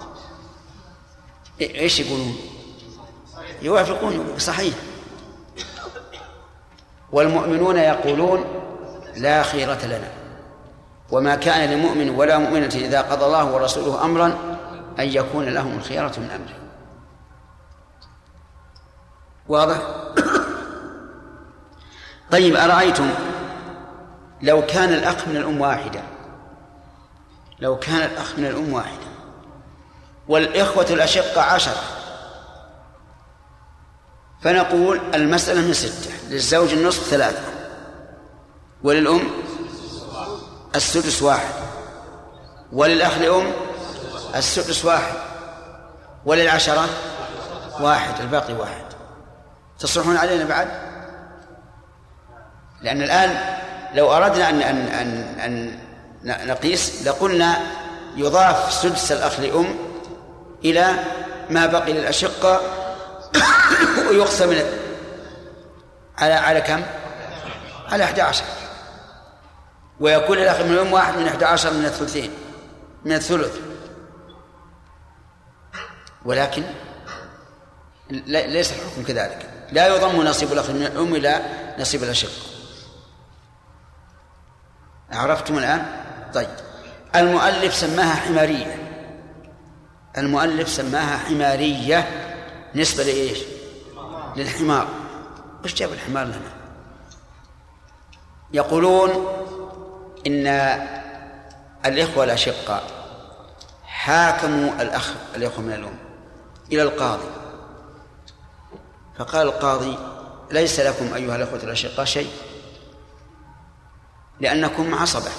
إيش يقولون؟ يوافقون صحيح. والمؤمنون يقولون لا خيرة لنا، وما كان لمؤمن ولا مؤمنة إذا قضى الله ورسوله أمرا أن يكون لهم الخيرة من أمره. واضح؟ طيب أرأيتم لو كان الأخ من الأم واحدة، لو كان الأخ من الأم واحدة والإخوة الأشقة 10، فنقول المسألة من 6، للزوج النصف 3، وللأم السدس 1، وللأخ لأم السدس 1، وللعشرة 1، الباقي 1. تصرحون علينا بعد؟ لأن الآن لو أردنا أن نقيس لقلنا يضاف سدس الأخ لأم إلى ما بقي للأشقة ويقسم على كم؟ على 11، ويكون الأخ من الأم 1 من 11 من الثلثين من الثلث. ولكن ليس الحكم كذلك، لا يضم نصيب الأخ من الأم إلى نصيب الأشقة. عرفتم الآن؟ طيب المؤلف سماها حمارية، المؤلف سماها حمارية نسبة لإيش؟ للحمار. وش جاب الحمار لنا؟ يقولون إن الإخوة الأشقاء حاكموا الإخوة من الأم إلى القاضي، فقال القاضي ليس لكم أيها الأخوة الأشقاء شيء لأنكم عصبة،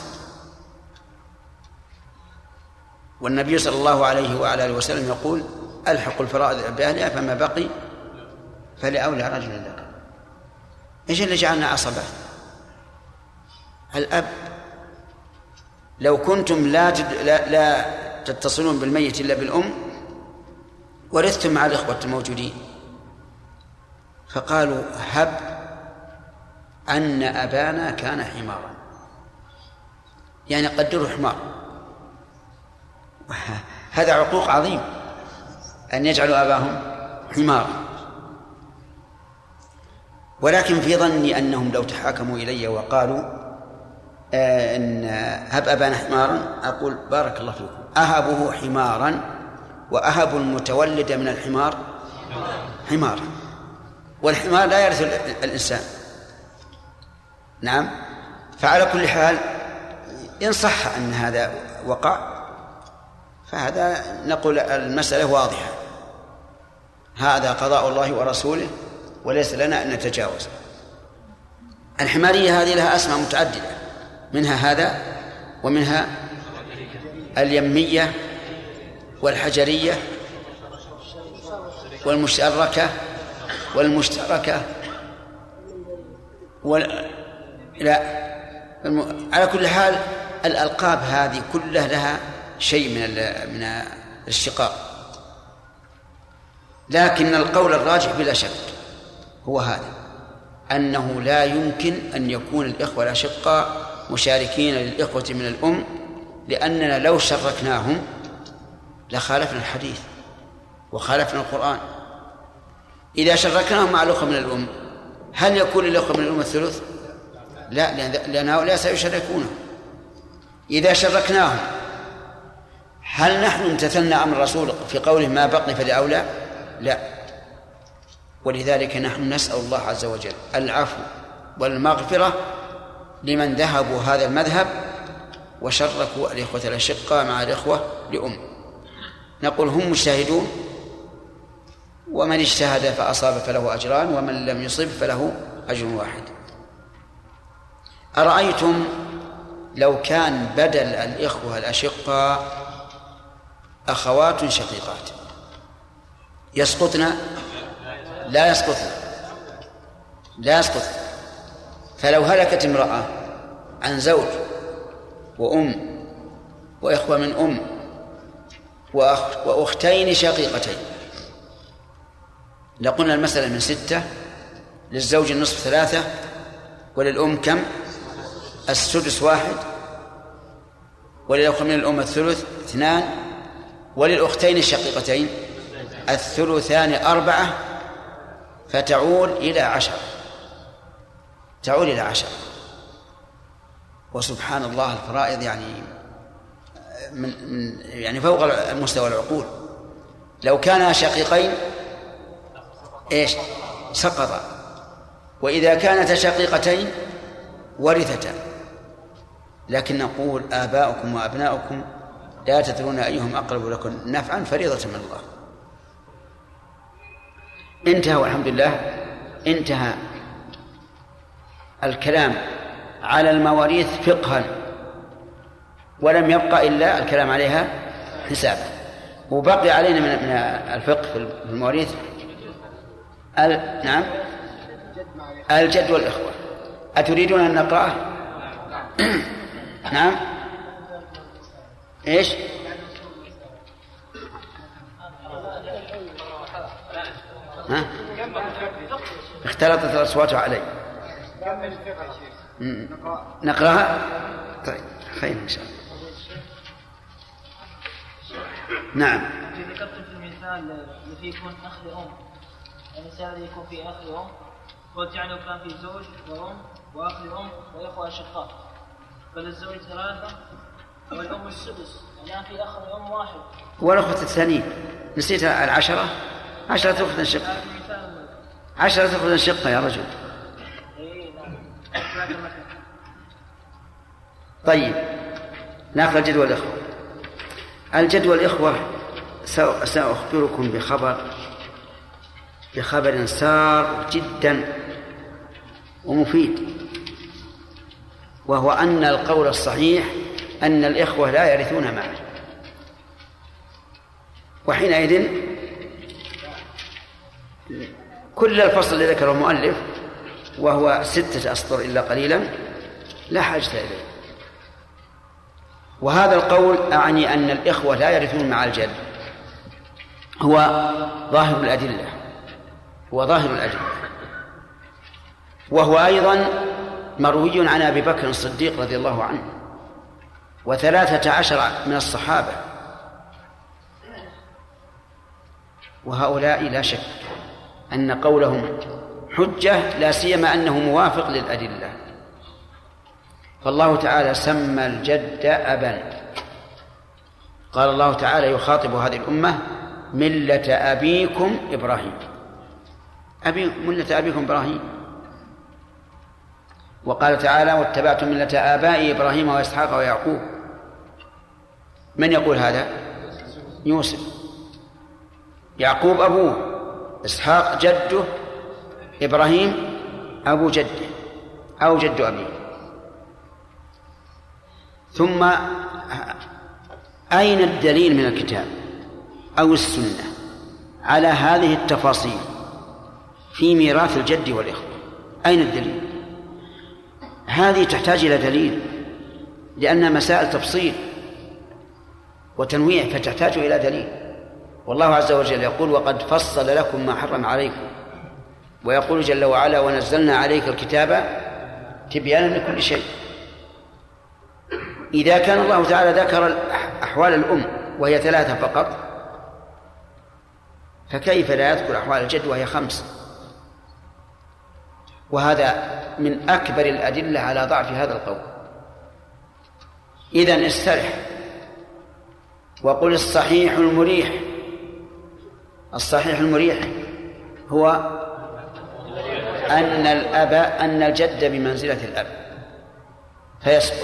والنبي صلى الله عليه وعلى آله وسلم يقول ألحقوا الفرائض بأهلها فما بقي فلأولى رجل ذكر. إيش اللي جعلنا عصبة؟ الأب. لو كنتم لا تتصلون بالميت إلا بالأم ورثتم مع الإخوة الموجودين، فقالوا هب أن أبانا كان حمارا، يعني قدروا حمار. هذا عقوق عظيم أن يجعلوا أباهم حمارا. ولكن في ظني أنهم لو تحاكموا إلي وقالوا إن هب أبانا حمارا، أقول بارك الله فيكم، أهبه حمارا وأهب المتولد من الحمار حمارا، والحمار لا يرث الإنسان. نعم. فعلى كل حال إن صح أن هذا وقع فهذا نقول المسألة واضحة، هذا قضاء الله ورسوله وليس لنا أن نتجاوز. الحمارية هذه لها أسماء متعددة، منها هذا ومنها اليمية والحجرية والمشتركة والمشتركة على كل حال الألقاب هذه كلها لها شيء من الاشتقاق. لكن القول الراجح بلا شك هو هذا، أنه لا يمكن أن يكون الإخوة الأشقاء مشاركين للإخوة من الأم، لأننا لو شركناهم لخالفنا الحديث وخالفنا القرآن. إذا شركناهم مع الأخوة من الأم هل يكون للأخوة من الأم الثلث؟ لا، لأن هؤلاء سيشاركونه. إذا شركناهم هل نحن امتثلنا أمر الرسول في قوله ما بقي فلأولى؟ لا. ولذلك نحن نسأل الله عز وجل العفو والمغفرة لمن ذهبوا هذا المذهب وشركوا الإخوة الأشقاء مع الإخوة لأم. نقول هم مجتهدون، ومن اجتهد فأصاب فله أجران، ومن لم يصب فله أجر واحد. أرأيتم لو كان بدل الإخوة الأشقاء أخوات شقيقات يسقطن؟ لا يسقط. فلو هلكت امرأة عن زوج وأم وإخوة من أم وأختين شقيقتين، لقلنا المسألة من 6، للزوج النصف 3، وللأم كم؟ السدس 1، وللأخوة من الأم الثلث 2، وللأختين الشقيقتين الثلثان 4، فتعود إلى 10. وسبحان الله الفرائض يعني فوق مستوى العقول. لو كانا شقيقين سقط، وإذا كانتا شقيقتين ورثتا. لكن نقول آباؤكم وأبناؤكم لا تدرون أيهم أقرب لكم نفعا، فريضة من الله. انتهى والحمد لله. انتهى الكلام على المواريث فقها، ولم يبقى إلا الكلام عليها حسابا. وبقي علينا من الفقه في المواريث نعم الجد والإخوة. أتريدون أن نقرأه؟ نعم. إيش؟ اختلطت الأصوات علي. نقرأها؟ طيب خير إن شاء الله. نعم. ذكرت في المثال الذي يكون أخ لأم، المثال الذي يكون في أخ لأم، قلت يعني لو كان في زوج وأم وأخ لأم وإخوة أشقاء، فللزوج 3 والأم السدس، يعني في أخ لأم 1 والأخوة الثانيين. نسيت 10 تأخذ شقة. 10 تأخذ شقة يا رجل. طيب نأخذ الجد والإخوة. الجد والإخوة سأخبركم بخبر سار جدا ومفيد، وهو أن القول الصحيح أن الإخوة لا يرثون معه. وحينئذ كل الفصل الذي ذكره المؤلف وهو 6 أسطر إلا قليلا لا حاجة إليه. وهذا القول أعني أن الإخوة لا يرثون مع الجد هو ظاهر الأدلة، وهو أيضا مروي عن أبي بكر الصديق رضي الله عنه و13 من الصحابة، وهؤلاء لا شك أن قولهم حجة، لا سيما أنه موافق للأدلة. فالله تعالى سمى الجد أبا. قال الله تعالى يخاطب هذه الأمة ملة أبيكم إبراهيم، ملة أبيكم إبراهيم. وقال تعالى واتبعتم ملة آباء إبراهيم وإسحاق ويعقوب. من يقول هذا؟ يوسف. يعقوب أبوه، إسحاق جده، إبراهيم أبو جده أو جد أبيه. ثم أين الدليل من الكتاب أو السنة على هذه التفاصيل في ميراث الجد والإخوة؟ أين الدليل؟ هذه تحتاج إلى دليل، لأن مسائل تفصيل وتنويع، فتحتاج إلى دليل. والله عز وجل يقول وقد فصل لكم ما حرم عليكم، ويقول جل وعلا ونزلنا عليك الكتاب تبيانا لكل شيء. إذا كان الله تعالى ذكر أحوال الأم وهي 3 فقط، فكيف لا يذكر أحوال الجد وهي 5؟ وهذا من أكبر الأدلة على ضعف هذا القول. إذن استرح وقل الصحيح المريح. الصحيح المريح هو أن الجد بمنزلة الأب فيسقط،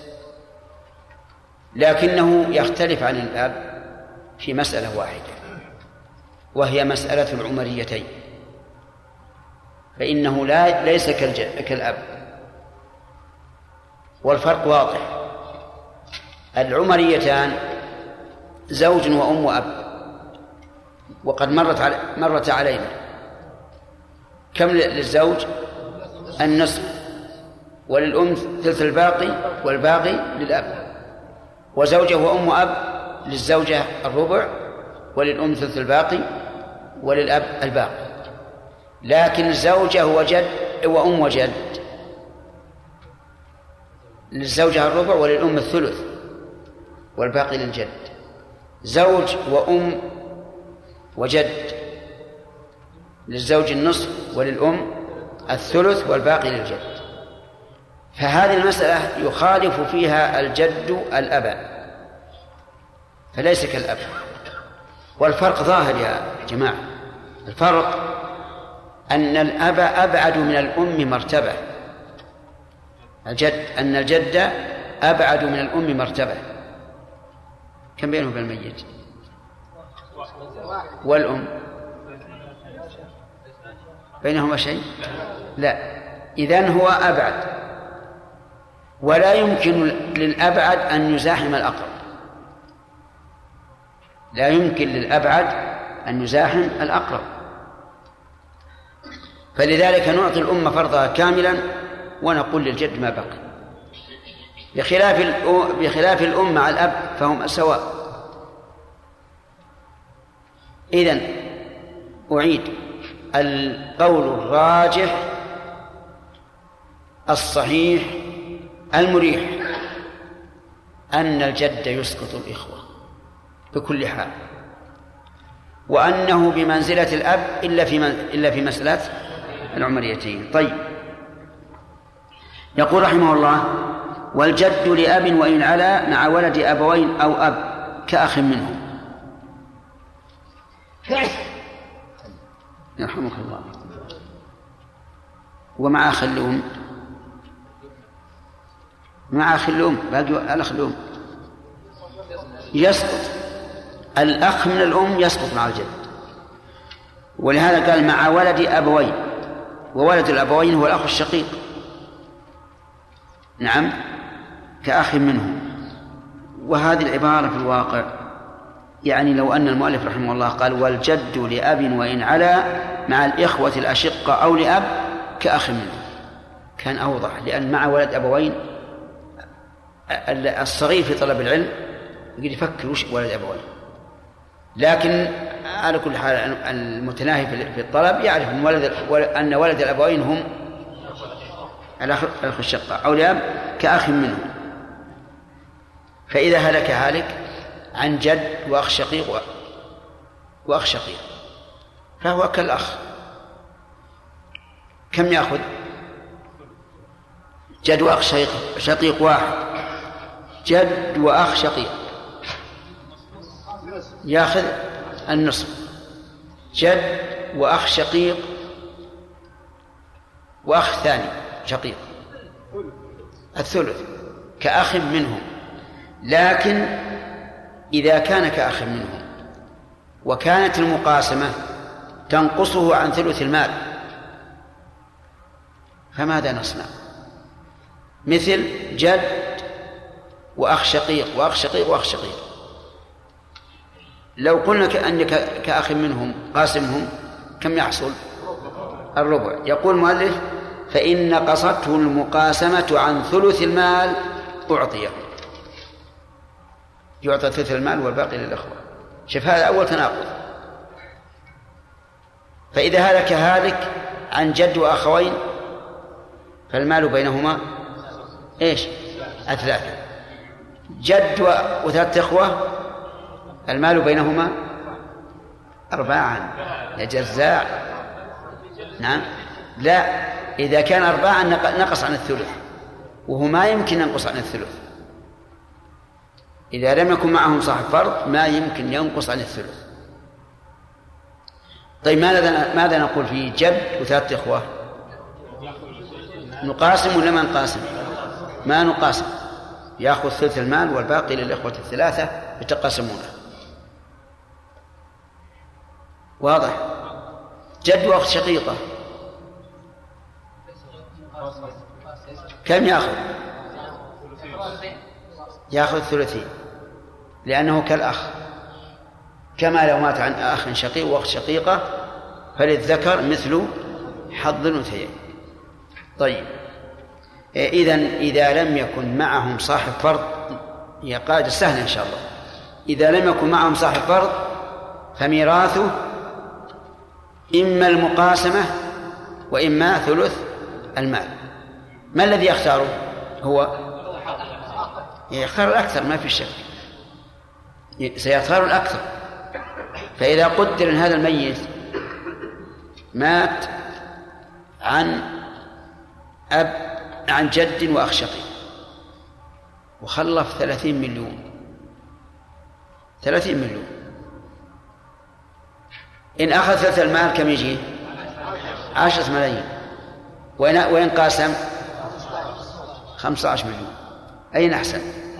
لكنه يختلف عن الأب في مسألة واحدة، وهي مسألة العمريتين، فإنه ليس كالأب، والفرق واضح. العمريتان زوج وأم وأب، وقد مرت علينا كم للزوج؟ النصف، وللأم ثلث الباقي، والباقي للأب. وزوجة وأم أب للزوجة الربع، وللأم ثلث الباقي، وللأب الباقي. لكن الزوجة وجد وأم وجد للزوجة الربع وللأم الثلث والباقي للجد. زوج وأم وجد للزوج النصف وللأم الثلث والباقي للجد. فهذه المسألة يخالف فيها الجد الأب، فليس كالأب. والفرق ظاهر يا جماعة، الفرق أن الأب أبعد من الأم مرتبة، أن الجد أبعد من الأم مرتبة. كم بينه وبين الميت؟ والأم بينهما شيء؟ لا، إذن هو أبعد، ولا يمكن للأبعد أن يزاحم الأقرب، لا يمكن للأبعد أن يزاحم الأقرب. فلذلك نعطي الأم فرضها كاملا ونقول للجد ما بقي، بخلاف الأم مع الأب فهم سواء. إذن أعيد القول الراجح الصحيح المريح أن الجد يسقط الإخوة بكل حال، وأنه بمنزلة الأب إلا في مسألة العمريتين. طيب، يقول رحمه الله: والجد لأب وإن علا مع ولد أبوين أو أب كأخ منهم. يرحمك الله. ومع أخ الأم، مع أخ الأم باقي الأخ الأم يسقط، الأخ من الأم يسقط مع الجد. ولهذا قال مع ولد أبوين، وولد الأبوين هو الأخ الشقيق، نعم، كأخ منهم. وهذه العبارة في الواقع يعني لو أن المؤلف رحمه الله قال والجد لأب وإن علا مع الإخوة الأشقة أو لأب كأخ منهم كان أوضح، لأن مع ولد أبوين الصغير في طلب العلم يقول يفكر وش ولد أبوين، لكن على كل حال المتناهي في الطلب يعرف أن ولد الأبوين هم الأخ الشقة أو لأب كأخ منهم. فإذا هلك هالك عن جد وأخ شقيق وأخ شقيق فهو كالأخ. كم يأخذ؟ جد وأخ شقيق واحد، جد وأخ شقيق يأخذ النصف، جد وأخ شقيق وأخ ثاني شقيق الثلث كأخ منهم. لكن إذا كان كأخ منهم وكانت المقاسمة تنقصه عن ثلث المال فماذا نصنع؟ مثل جد وأخ شقيق وأخ شقيق وأخ شقيق، لو قلنا كأنك كأخ منهم قاسمهم كم يحصل؟ الربع. يقول المؤلف فإن نقصته المقاسمة عن ثلث المال أعطيه، يعطى ثلث المال والباقي للأخوة. شوف هذا أول تناقض. فإذا هلك هالك عن جد وأخوين فالمال بينهما إيش؟ الثلاثة. جد وثلاثة إخوة المال بينهما 4 يا جزاع. نعم، لا، إذا كان 4 نقص عن الثلث، وهو ما يمكن ينقص عن الثلث. إذا لم يكن معهم صاحب فرض ما يمكن ينقص عن الثلث. طيب ماذا نقول في جد وثلاثة إخوة؟ نقاسم ولا ما نقاسم؟ ما نقاسم، يأخذ ثلث المال والباقي للإخوة الثلاثة يتقاسمونه. واضح؟ جد وأخت شقيقة كم يأخذ؟ يأخذ ثلثين لأنه كالأخ، كما لو مات عن أخ شقيق وأخت شقيقة فللذكر مثل حظ الأنثيين. طيب إذا لم يكن معهم صاحب فرض، هي قاعدة سهلة إن شاء الله. إذا لم يكن معهم صاحب فرض فميراثه إما المقاسمة وإما ثلث المال. ما الذي يختاره؟ هو يختار الأكثر، ما في شك، سيختار الأكثر. فإذا قدر أن هذا الميت مات عن جد وأخ شقيق وخلف 30 مليون، 30 مليون، إن أخذ ثلث المال كم يجي؟ 10 ملايين، وإن قاسم 15 مليون. أين أحسن؟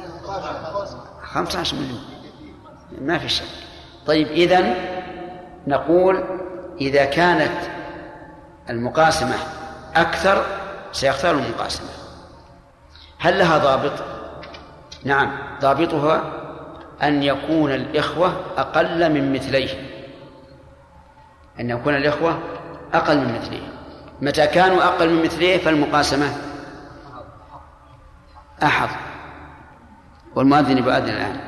15 مليون ما في شك. طيب إذن نقول إذا كانت المقاسمة أكثر سيختار المقاسمة. هل لها ضابط؟ نعم، ضابطها أن يكون الإخوة أقل من مثليه، أن يكون الإخوة أقل من مثليه. متى كانوا أقل من مثليه فالمقاسمة أحظ. والمؤذن يؤذن الآن.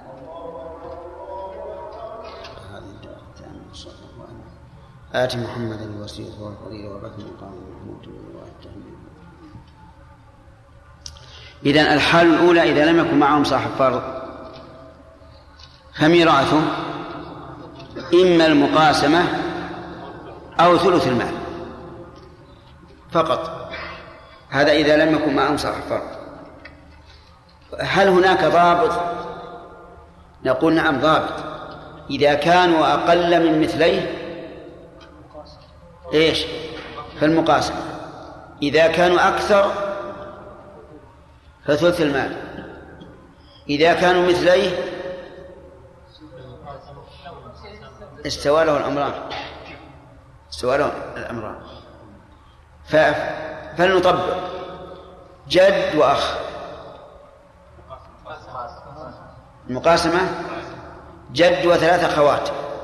آت محمدا الوسيلة والفضيلة وبعث مقام محمود والتهميد. إذن الحال الأولى إذا لم يكن معهم صاحب فرض فميراثه إما المقاسمة أو ثلث المال فقط. هذا إذا لم يكن معهم صاحب فرض. هل هناك ضابط؟ نقول نعم ضابط. إذا كانوا أقل من مثليه إيش؟ فالمقاسمة. إذا كانوا أكثر فثلث المال. إذا كانوا مثليه استوى له الأمران، استوى له الأمران. فلنطبق جد وأخ. المقاسمة جد وثلاث أخوات.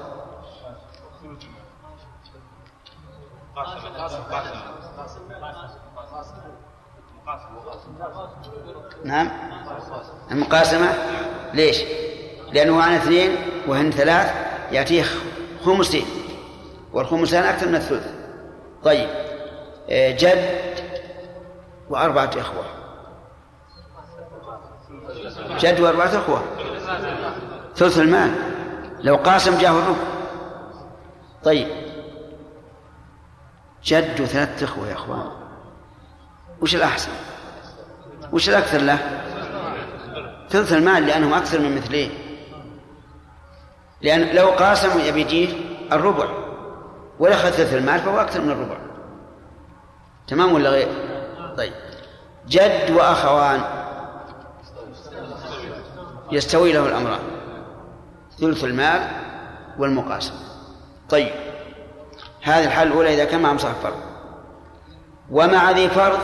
نعم المقاسمة. ليش؟ لأنه عن 2 وهن 3 يأتيه خمسين، والخمسان أكثر من الثلث. طيب جد وأربعة إخوة، جد وأربعة إخوة ثلث المال، لو قاسم جاه الربع. طيب جد وثلاثة إخوة يا أخوان، وش الأحسن؟ وش الأكثر له؟ ثلث المال، لأنهم أكثر من مثليه. لأن لو قاسم يبيجيه الربع ولأخذ ثلث المال فهو أكثر من الربع. تمام ولا غير؟ طيب جد وأخوان يستوي له الأمران، ثلث المال والمقاسمة. طيب هذه الحالة الأولى إذا كان معهم صاحب فرض. ومع ذي فرض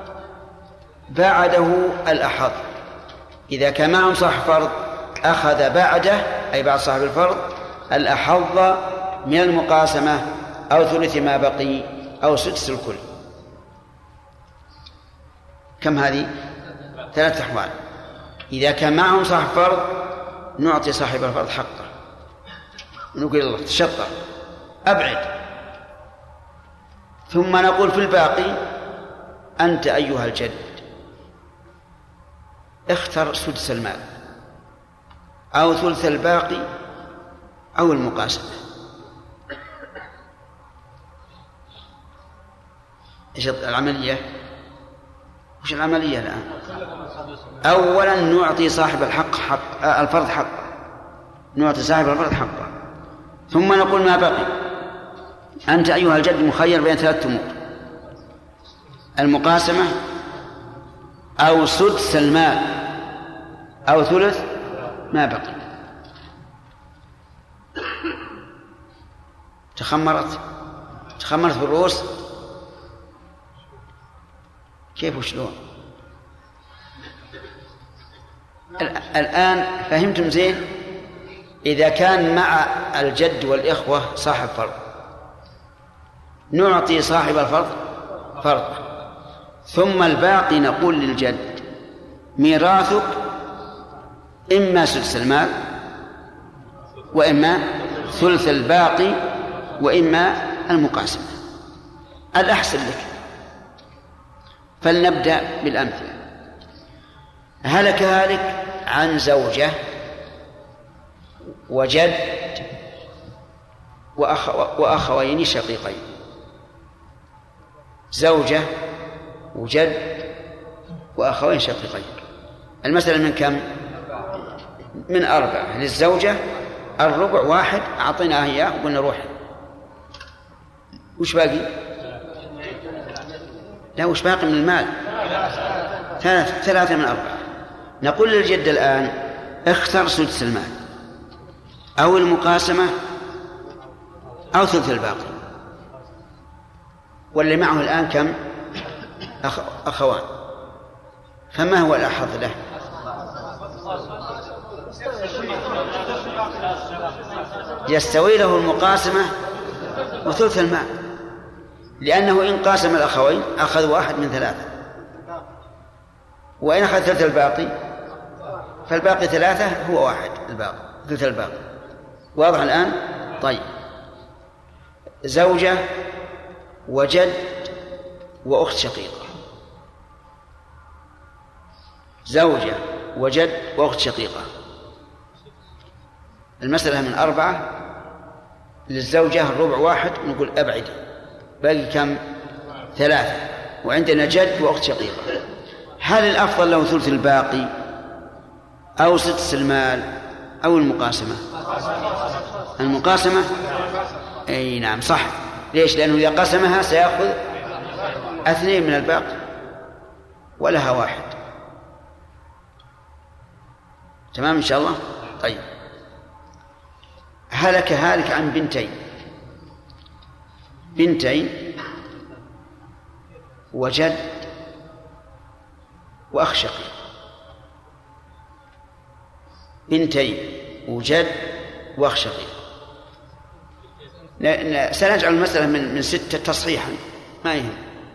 بعده الأحظ. إذا كان معهم صاحب فرض أخذ بعده، أي بعد صاحب الفرض، الأحظ من المقاسمة أو ثلث ما بقي أو سدس الكل. كم هذه؟ 3 أحوال. إذا كان معهم صاحب فرض نعطي صاحب الفرض حقه، نقول الله تشطر أبعد. ثم نقول في الباقي أنت أيها الجد اختر سدس المال أو ثلث الباقي أو المقاسمة. إيش العملية؟ وش العملية الآن؟ أولا نعطي صاحب الحق حق الفرض حقه، نعطي صاحب الفرض حقه. ثم نقول ما بقي أنت أيها الجد مخير بين 3 أمور: المقاسمة أو سدس المال أو ثلث ما بقي. تخمرت بالرؤوس كيف وشلون؟ الآن فهمتم زين؟ إذا كان مع الجد والإخوة صاحب فرض نعطي صاحب الفرض فرضه، ثم الباقي نقول للجد ميراثك إما سدس المال وإما ثلث الباقي وإما المقاسمة، الأحسن لك. فلنبدأ بالأمثلة. هلك هالك عن زوجة وجد وأخوين شقيقين. زوجة وجد وأخوين شقيقين. المسألة من كم؟ من 4. للزوجة الربع، 1 أعطيناه إياه وقلنا روح. وش باقي؟ لا، وش باقي من المال؟ 3 من 4. نقول للجد الآن اختر سدس المال أو المقاسمة أو ثلث الباقي. واللي معه الآن كم؟ أخوان. فما هو الأحظ له؟ يستوي له المقاسمة وثلث المال، لأنه إن قاسم الأخوين أخذ 1 من 3، وإن أخذ ثلث الباقي فالباقي 3 هو 1 الباقي، ثلث الباقي. واضح الآن؟ طيب، زوجة وجد وأخت شقيقة. زوجة وجد وأخت شقيقة. المسألة من 4. للزوجة الربع 1 نقول أبعد، باقي كم؟ 3. وعندنا جد وأخت شقيقة. هل الأفضل له ثلث الباقي أو سدس المال أو المقاسمة؟ المقاسمة. أي نعم صح. ليش؟ لأنه إذا قسمها سيأخذ 2 من الباقي ولها 1. تمام إن شاء الله. طيب، هلك هالك عن بنتين وجد وأخ شقيق. بنتين وجد وأخ شقيق. سنجعل المسألة من 6 تصحيحا، ما يهم.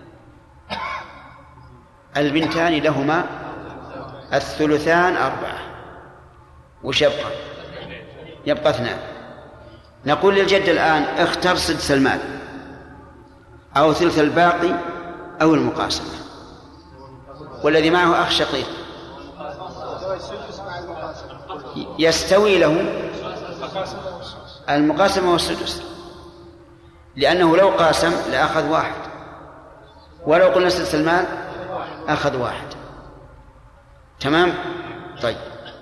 البنتان لهما الثلثان 4. وش يبقى؟ يبقى 2. نقول للجد الآن اختر سدس المال أو ثلث الباقي أو المقاسمة. والذي معه أخ شقيق يستوي له المقاسمة والسدس، لأنه لو قاسم لأخذ 1، ولو قلنا سدس المال أخذ 1. تمام. طيب،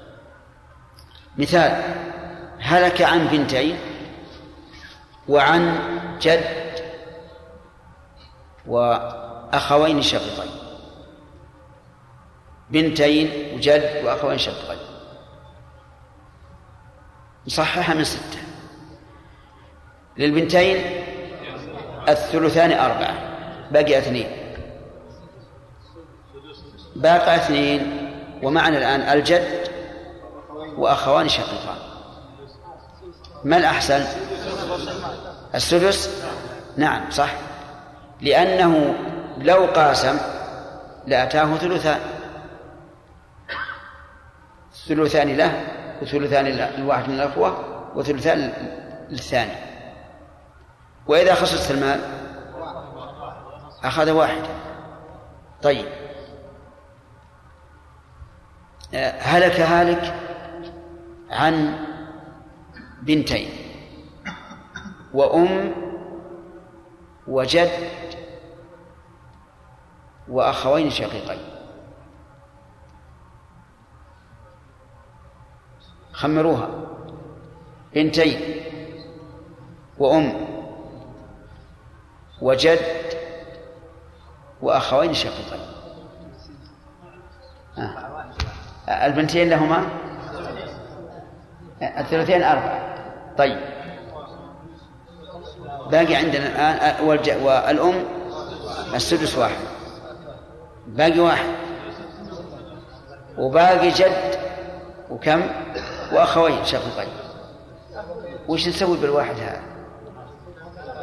مثال: هلك عن بنتين وعن جد وأخوين شقيقين. بنتين وجد وأخوين شقيقين، نصححها من 6. للبنتين الثلثان 4، باقي 2، باقي 2. ومعنا الآن الجد وأخوان شقيقان. ما الأحسن؟ السدس. نعم صح، لأنه لو قاسم لأتاه ثلثان له وثلثان الواحد من الأخوة وثلثان للثاني. وإذا خصص المال أخذ 1. طيب، هلك هالك عن بنتين وأم وجد وأخوين شقيقين. خمروها: بنتين وأم وجد وأخوين شقيقين. البنتين لهما الثلثين 4. طيب، باقي عندنا الآن والأم السدس 1، باقي 1. وباقي جد وكم؟ وأخوين شقيقين. وش نسوي بالواحد هذا؟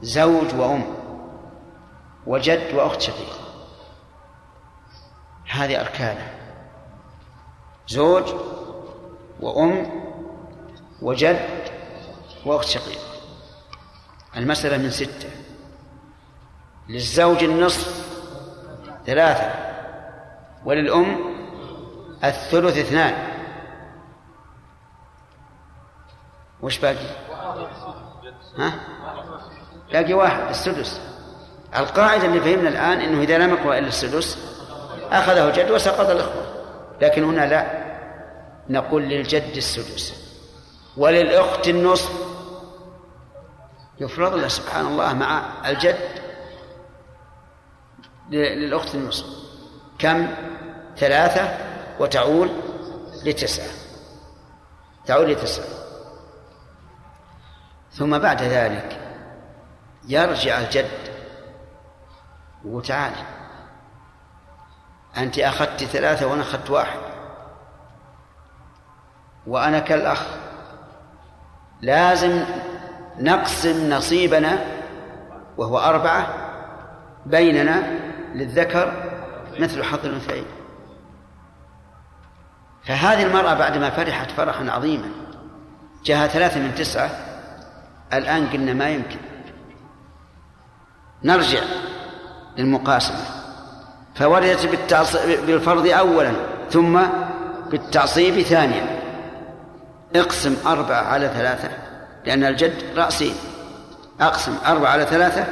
زوج وأم وجد وأخت شقيقة، هذه أركانه: زوج وأم وجد وأخت شقيقة. المسألة من 6. للزوج النصف 3، وللأم الثلث 2. وش باقي؟ باقي 1 السدس. القاعدة اللي فهمنا الآن إنه إذا لم يقرأ إلا السدس أخذه جد وسقط الإخوة، لكن هنا لا، نقول للجد السدس وللأخت النصف. يفرض له سبحان الله مع الجد للأخت النصف. كم؟ 3 وتعول ل9. تعول ل9. ثم بعد ذلك يرجع الجد وتعالى أنت أخذت 3 وأنا أخذت 1 وأنا كالأخ، لازم نقسم نصيبنا وهو 4 بيننا للذكر مثل حظ الأنثيين. فهذه المرأة بعدما فرحت فرحا عظيما جاءها 3 من 9، الآن قلنا ما يمكن، نرجع للمقاسمة. فوردت بالفرض أولا ثم بالتعصيب ثانيا. اقسم 4 على 3 لأن الجد رأسين، أقسم 4 على 3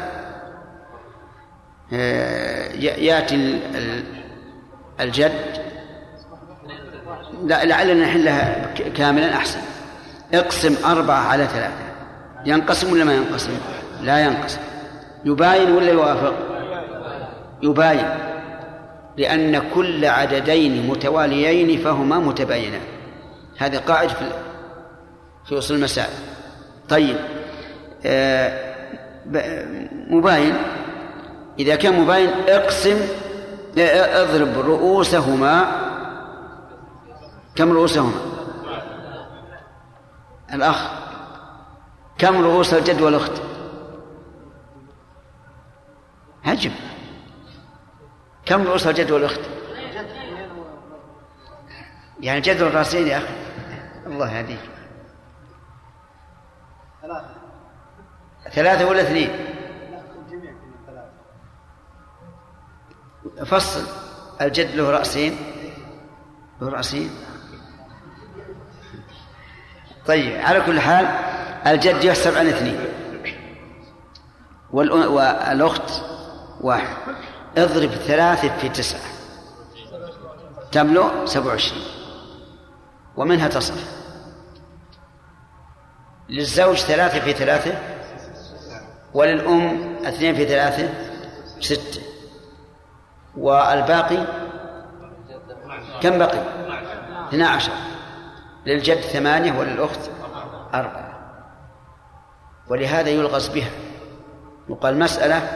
يأتي الجد. لا، لعلنا نحلها كاملا أحسن. اقسم 4 على 3 ينقسم ولا ما ينقسم؟ لا ينقسم. يباين ولا يوافق؟ يباين، لأن كل عددين متواليين فهما متباينان. هذه قاعدة في أصول المسائل. طيب، مباين، إذا كان مباين اقسم اضرب رؤوسهما. كم رؤوسهما؟ الأخ. كم رؤوس الجد والأخت؟ هجم. كم رؤوس الجد والأخت؟ يعني الجد والرأسين يا أخي، الله يهديك. 3 ولا 2؟ فصل. الجد له رأسين، له رأسين. طيب، على كل حال الجد يحسب عن 2 والأخت 1. اضرب 3 في 9 تملأ 27 ومنها تصف. للزوج 3 في 3 وللأم 2 في 3 6. والباقي كم بقي؟ 12. للجد 8 وللأخت 4. ولهذا يلغز بها، يقال مسألة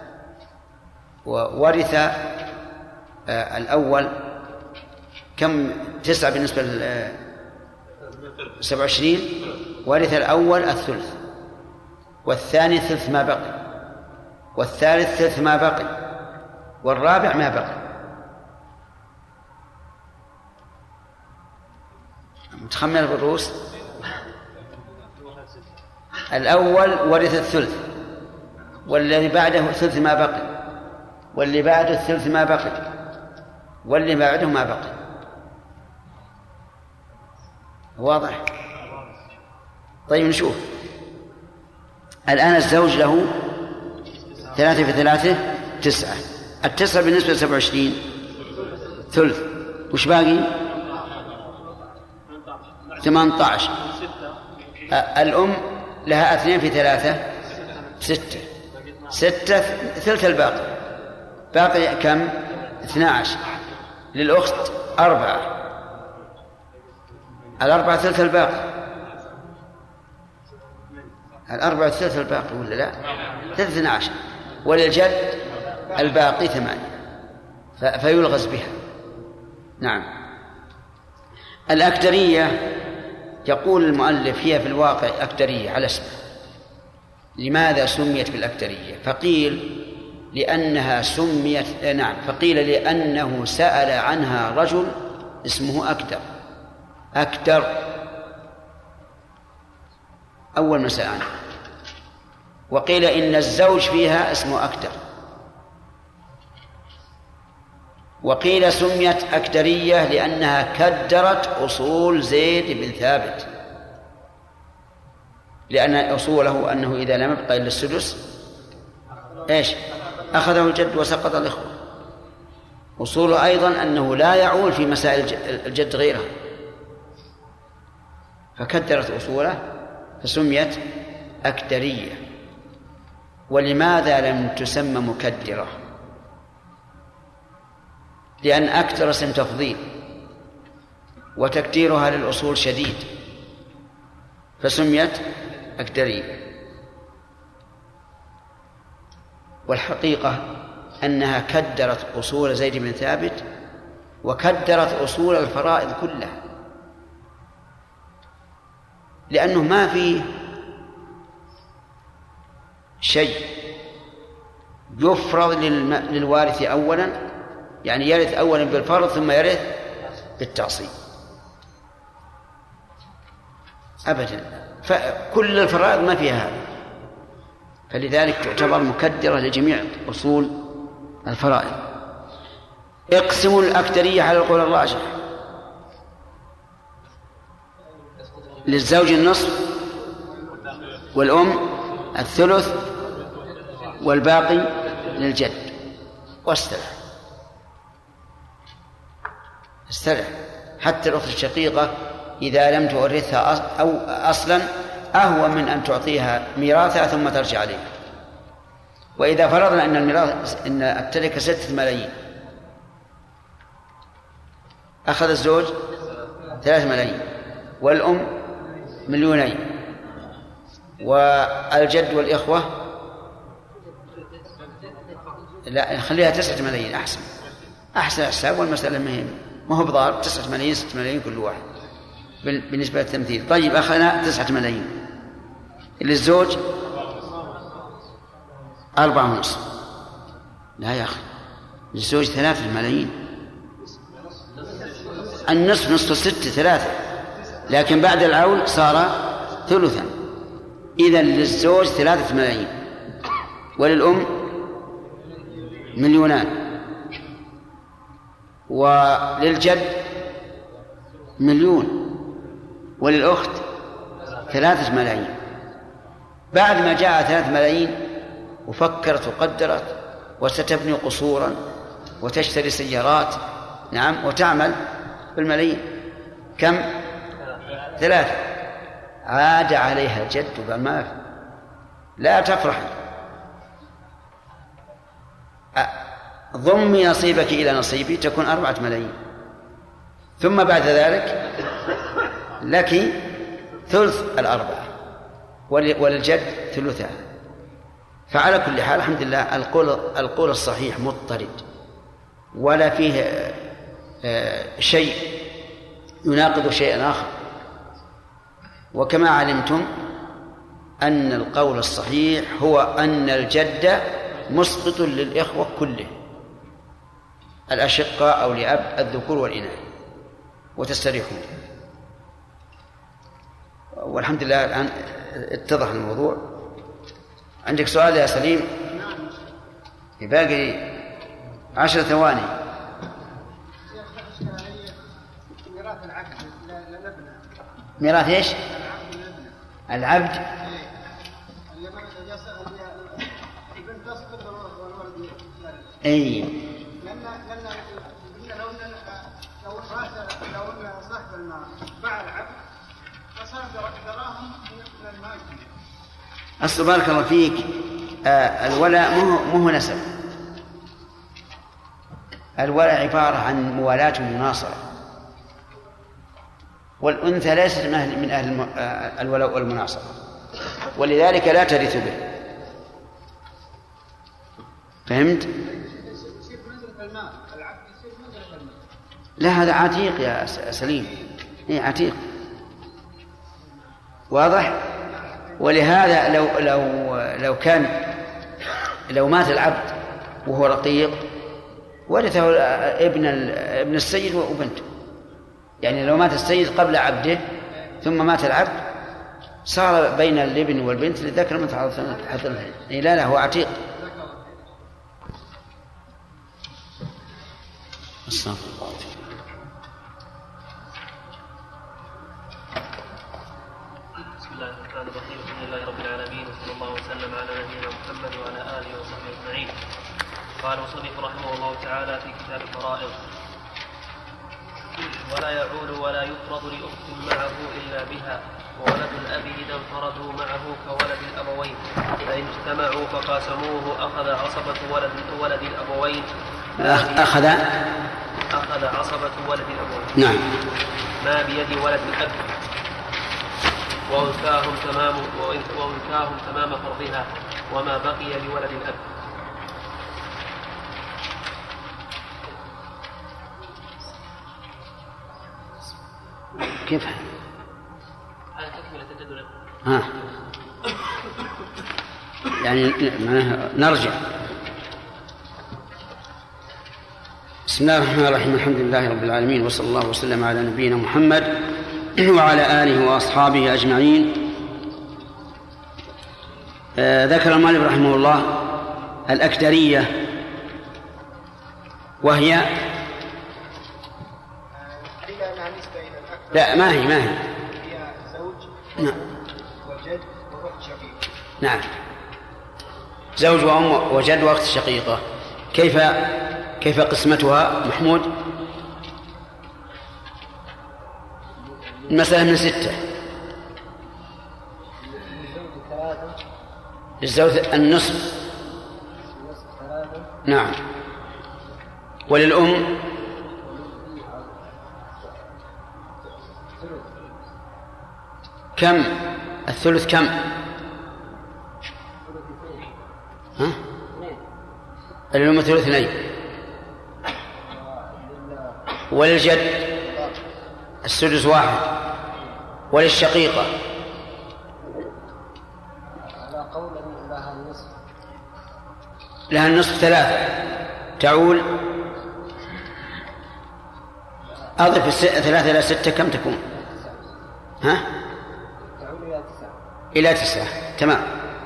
وورث الأول كم؟ 9 بالنسبة ل 27. ورث الأول الثلث، والثاني ثلث ما بقي، والثالث ثلث ما بقي، والرابع ما بقي. متخمل بالرؤوس. الأول ورث الثلث، والذي بعده ثلث ما بقي، واللي بعده الثلث ما بقي، واللي بعده ما بقي. واضح؟ طيب نشوف الآن. الزوج له 3 في 3 9. 9 بالنسبة ل 27 ثلث. وش باقي؟ 18. الأم لها 2 في 3 6. 6 ثلث الباقي. باقي كم؟ 12. للأخت 4. 4 ثلث الباقي. 4 ثلث الباقي ولا لا؟ 12. وللجد الباقي 8. فيلغز بها. نعم. الأكدرية يقول المؤلف هي في الواقع أكدرية على اسمه، لماذا سميت بالأكدرية؟ فقيل لأنها سميت فقيل لأنه سأل عنها رجل اسمه أكدر أول ما سأل عنها. وقيل إن الزوج فيها اسمه أكدر. وقيل سميت أكدرية لأنها كدرت أصول زيد بن ثابت، لأن أصوله أنه إذا لم يبقى إلا السدس أخذه الجد وسقط الإخوة. أصوله أيضا أنه لا يعول في مسائل الجد غيرها، فكدرت أصوله فسميت أكدرية. ولماذا لم تسمى مكدرة؟ لأن أكدر اسم تفضيل وتكديرها للأصول شديد فسميت أكدرية. والحقيقة أنها كدرت أصول زيد بن ثابت وكدرت أصول الفرائض كلها، لأنه ما فيه شيء يفرض للوارث أولا، يعني يرث أولا بالفرض ثم يرث بالتعصيب أبدا، فكل الفرائض ما فيها هذا، فلذلك تعتبر مكدرة لجميع أصول الفرائض. اقسموا الأكدرية على القول الراجح، للزوج النصف والأم الثلث والباقي للجد. واسترح حتى الأخت الشقيقة إذا لم تورثها أو أصلا أهون من أن تعطيها ميراثها ثم ترجع عليها. وإذا فرضنا أن الميراث إن التركة 6 ملايين، أخذ الزوج 3 ملايين والأم 2 مليون والجد والإخوة لا نخليها 9 ملايين أحسن حساب، والمسألة ما هو بضار 9 ملايين 6 ملايين كل واحد بالنسبة للتمثيل. طيب أخذنا 9 ملايين، للزوج 4.5. لا يا أخي، للزوج 3 ملايين، النصف نصف 6 3، لكن بعد العول صار ثلثا. إذن للزوج 3 ملايين وللأم 2 مليون وللجد 1 مليون وللأخت 3 ملايين. بعد ما جاء 3 ملايين وفكرت وقدرت وستبني قصورا وتشتري سيارات وتعمل بالملايين، كم؟ 3. عاد عليها الجد وقال ما لا تفرح، ضمي نصيبك إلى نصيبي تكون 4 ملايين، ثم بعد ذلك لك ثلث 4 وللجد ثلثها. فعلى كل حال الحمد لله القول الصحيح مضطرد ولا فيه شيء يناقض شيئا آخر. وكما علمتم أن القول الصحيح هو أن الجد مسقط للإخوة كله، الأشقاء أو لأب الذكور والإناث، وتستريحون. والحمد لله الآن اتضح الموضوع. عندك سؤال يا سليم؟ باقي 10 ثواني. ميراث ايش؟ العبد. اي لو صاحب المال باع العبد فصار دراهم من المال. أصل بارك الله فيك الولاء مو نسب، الولاء عبارة عن موالاة ومناصرة، والأنثى ليست من أهل الولاء والمناصرة، ولذلك لا ترث به. فهمت؟ لا هذا عتيق يا سليم، إيه عتيق واضح. ولهذا لو لو مات العبد وهو رقيق ورثه ابن السيد وبنته. يعني لو مات السيد قبل عبده ثم مات العبد صار بين الابن والبنت للذكر مثل حظ الأنثيين. لا هو عتيق. بسم الله الرحمن الرحيم. الحمد لله رب العالمين، وصلى الله وسلم على نبينا محمد وعلى اله وصحبه اجمعين. قال المصنف رحمه الله تعالى في كتاب الفرائض: ولا يعول ولا يفرض لأخت معه إلا بها، وولد الأب إذا انفردوا معه كولد الأبوين، فإن اجتمعوا فقاسموه أخذ عصبة ولد الأبوين. أخذ عصبة ولد الأبوين. نعم. ما بيد ولد الأب، وأنثاهم تمام فرضها، وما بقي لولد الأب. كيف هذا تكملة الجدول. يعني نرجع. بسم الله الرحمن الرحيم. الحمد لله رب العالمين، وصلى الله وسلم على نبينا محمد وعلى آله وأصحابه أجمعين. ذكر المؤلف رحمه الله الأكدرية، وهي لا ما هي زوج وجد وأخت شقيقة. نعم، زوج وأم وجد وأخت شقيقة. كيف قسمتها محمود؟ المسألة من 6. للزوج النصف. نعم. وللأم كم؟ الثلث كم؟ الأم ثلث 2. وللجد السدس 1. وللشقيقة لها النصف 3. تعول أضف 3 إلى 6 كم تكون؟ إلى 9. تمام.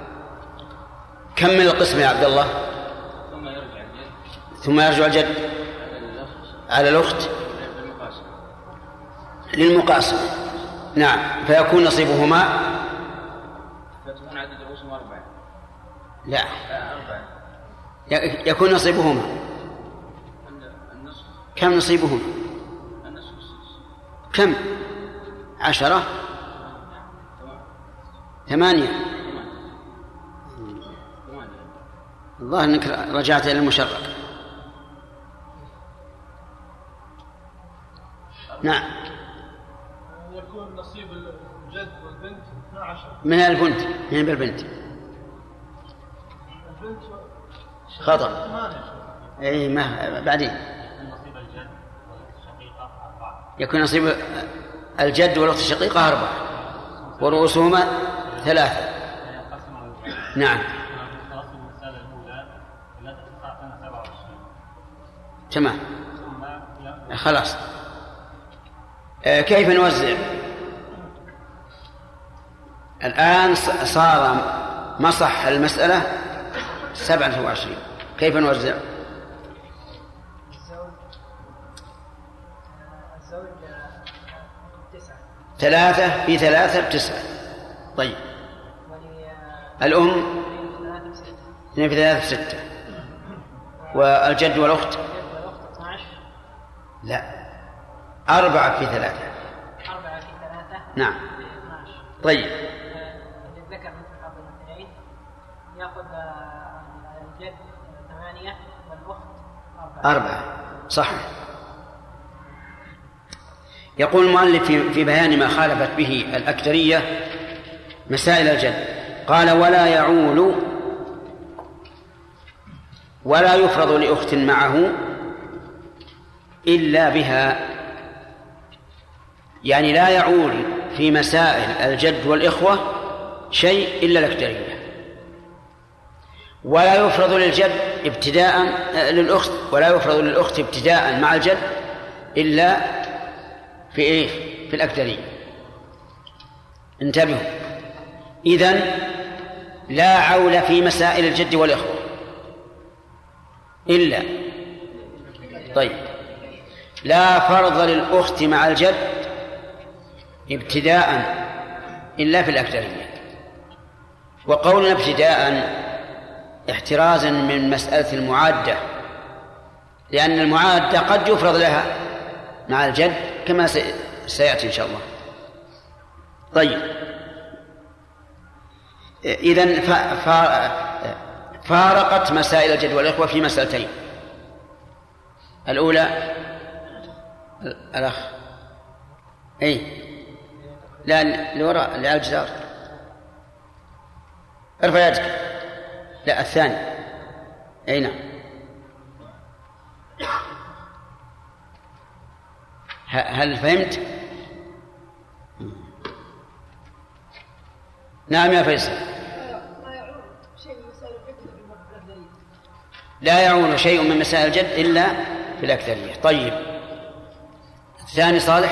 كمل القسم يا عبد الله. ثم يرجع الجد على الأخت للمقاسمة. نعم، فيكون نصيبهما لا يكون نصيبهما كم؟ نصيبهما كم؟ 10 8. الله أنك رجعت إلى المشرق. نعم. يكون نصيب الجد والبنت 12 من البنت. من بالبنت البنت خطأ. 8. أي ما بعدين نصيب الجد والشقيقة 4. يكون نصيب الجد والأخت الشقيقة 4 ورؤوسهما 3. نعم. تمام. خلاص. كيف نوزع الآن؟ صار مصح المسألة 27. كيف نوزع؟ الزوج 9. 3 في 3 ب9. طيب. الأم 2 في 3 ب6. والجد والأخت 12. لا 4 في 3. 4 في 3. نعم. 12. طيب. للذكر مثل حظ الأنثيين. يأخذ الجد 8 والأخت 4. صح. يقول المؤلف في بيان ما خالفت به الأكدرية مسائل الجد. قال: ولا يعول ولا يفرض لأخت معه إلا بها. يعني لا يعول في مسائل الجد والإخوة شيء إلا الأكدرية. ولا يفرض للجد ابتداء للأخت، ولا يفرض للأخت ابتداء مع الجد إلا في إيه؟ في الأكثرية. انتبهوا، إذن لا عول في مسائل الجد والإخوة إلا طيب لا فرض للأخت مع الجد ابتداء إلا في الأكثرية. وقولنا ابتداء احترازا من مسألة المعادة، لأن المعادة قد يفرض لها مع الجد كما سيأتي إن شاء الله. طيب إذن فارقت مسائل الجد والإخوة في مسألتين. الأولى الأخ لا لوراء اللي على الجدار، ارفع يدك. لا الثاني نعم. هل فهمت؟ نعم يا فيصل. لا يعون شيء من مسائل الجد إلا في الأكثرية. طيب الثاني صالح.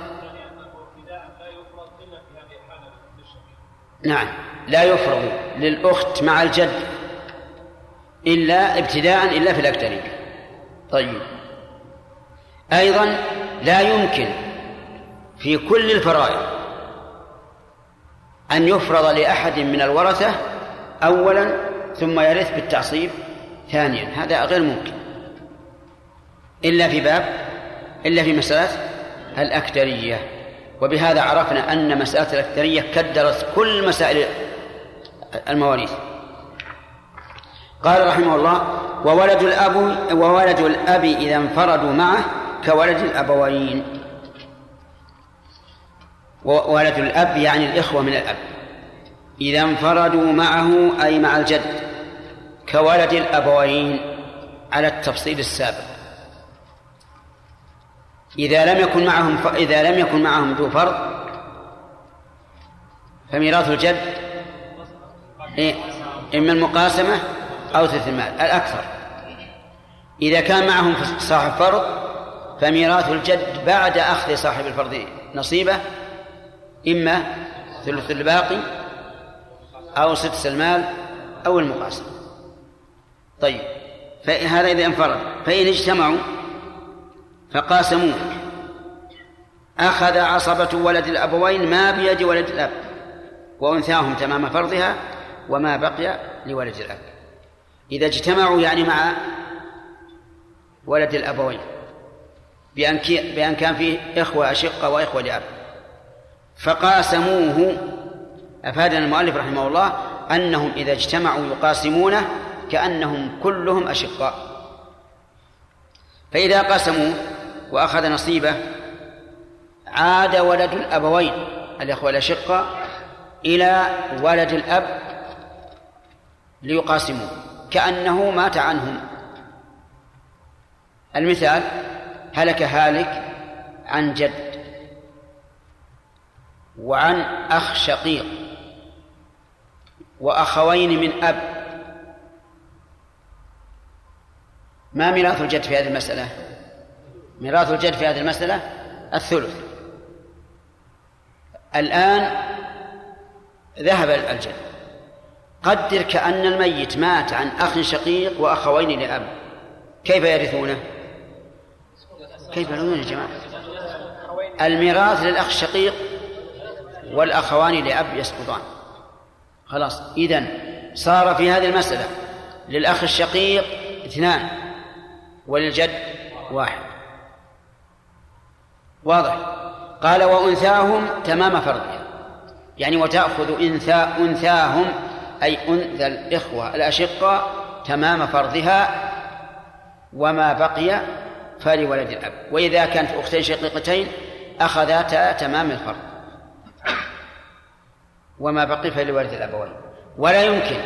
نعم لا يفرض للأخت مع الجد إلا ابتداء إلا في الأكثرية. طيب أيضا لا يمكن في كل الفرائض أن يفرض لأحد من الورثة أولا ثم يرث بالتعصيب ثانيا، هذا غير ممكن إلا في مسألة الأكثرية. وبهذا عرفنا أن مسألة الأكثرية كدرت كل مسائل المواريث. قال رحمه الله: وولد الأب إذا انفردوا معه كولد الأبوين. وولد الأب يعني الإخوة من الأب إذا انفردوا معه أي مع الجد كولد الأبوين على التفصيل السابق. إذا لم يكن معهم ذو فرض فميراث الجد إما المقاسمة أو ثلث المال الأكثر. إذا كان معهم صاحب فرض فميراث الجد بعد أخذ صاحب الفرض نصيبه إما ثلث الباقي أو سدس المال أو المقاسمة. طيب فهذا إذا انفرد. فإن اجتمعوا فقاسموه أخذ عصبة ولد الأبوين ما بيد ولد الأب وأنثاهم تمام فرضها وما بقي لولد الأب. إذا اجتمعوا يعني مع ولد الأبوين بأن كان فيه إخوة أشقة وإخوة لأب فقاسموه، أفادنا المؤلف رحمه الله أنهم إذا اجتمعوا يقاسمونه كأنهم كلهم أشقاء. فإذا قاسموه وأخذ نصيبه عاد ولد الأبوين الإخوة الأشقة إلى ولد الأب ليقاسموه كأنه مات عنهم. المثال: هلك هالك عن جد وعن أخ شقيق وأخوين من أب. ما ميراث الجد في هذه المسألة؟ ميراث الجد في هذه المسألة الثلث. الآن ذهب الجد، قدر كأن الميت مات عن أخ شقيق وأخوين لأب، كيف يرثونه؟ كيف يرثون يا جماعة؟ الميراث للأخ الشقيق والأخوان لأب يسقطان. خلاص، إذن صار في هذه المسألة للأخ الشقيق 2 وللجد 1. واضح؟ قال: وأنثاهم تمام فرضها، يعني وتأخذ أنثاهم أي أنثى الإخوة الأشقة تمام فرضها وما بقي فلولد الأب. وإذا كانت أختين شقيقتين أخذتا تمام الفرض وما بقي فلولد الأبوين. ولا يمكن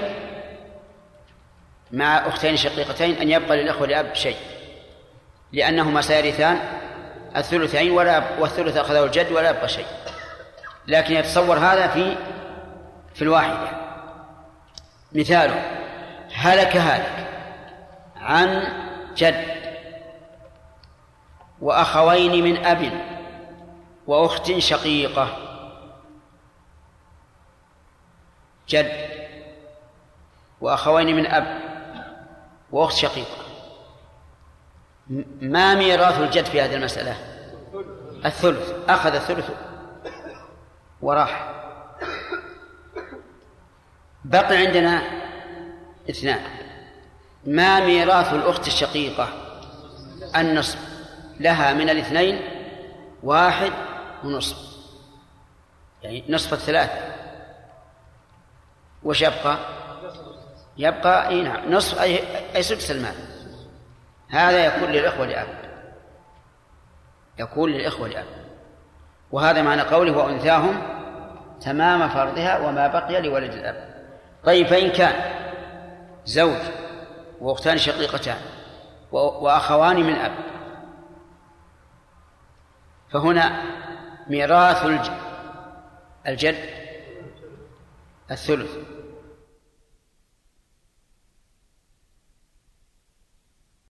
مع أختين شقيقتين أن يبقى للأخوة لأب شيء، لأنهما سيرثان الثلثين والثلث أخذه الجد ولا يبقى شيء. لكن يتصور هذا في الواحدة. مثاله: هلك هالك عن جد وأخوين من أب وأخت شقيقة. جد وأخوين من أب وأخت شقيقة. ما ميراث الجد في هذه المسألة؟ الثلث. أخذ الثلث وراح. بقي عندنا اثنان. ما ميراث الأخت الشقيقة؟ النصف. لها من الاثنين 1.5، يعني نصف الثلاثة. وش يبقى؟ يبقى نعم نصف أي سدس المال. هذا يكون للإخوة لأب، يكون للإخوة لأب. وهذا معنى قوله وأنثاهم تمام فرضها وما بقي لولد الأب. طيب فإن كان زوج وأختان شقيقتان وأخوان من أب، فهنا ميراث الجد الثلث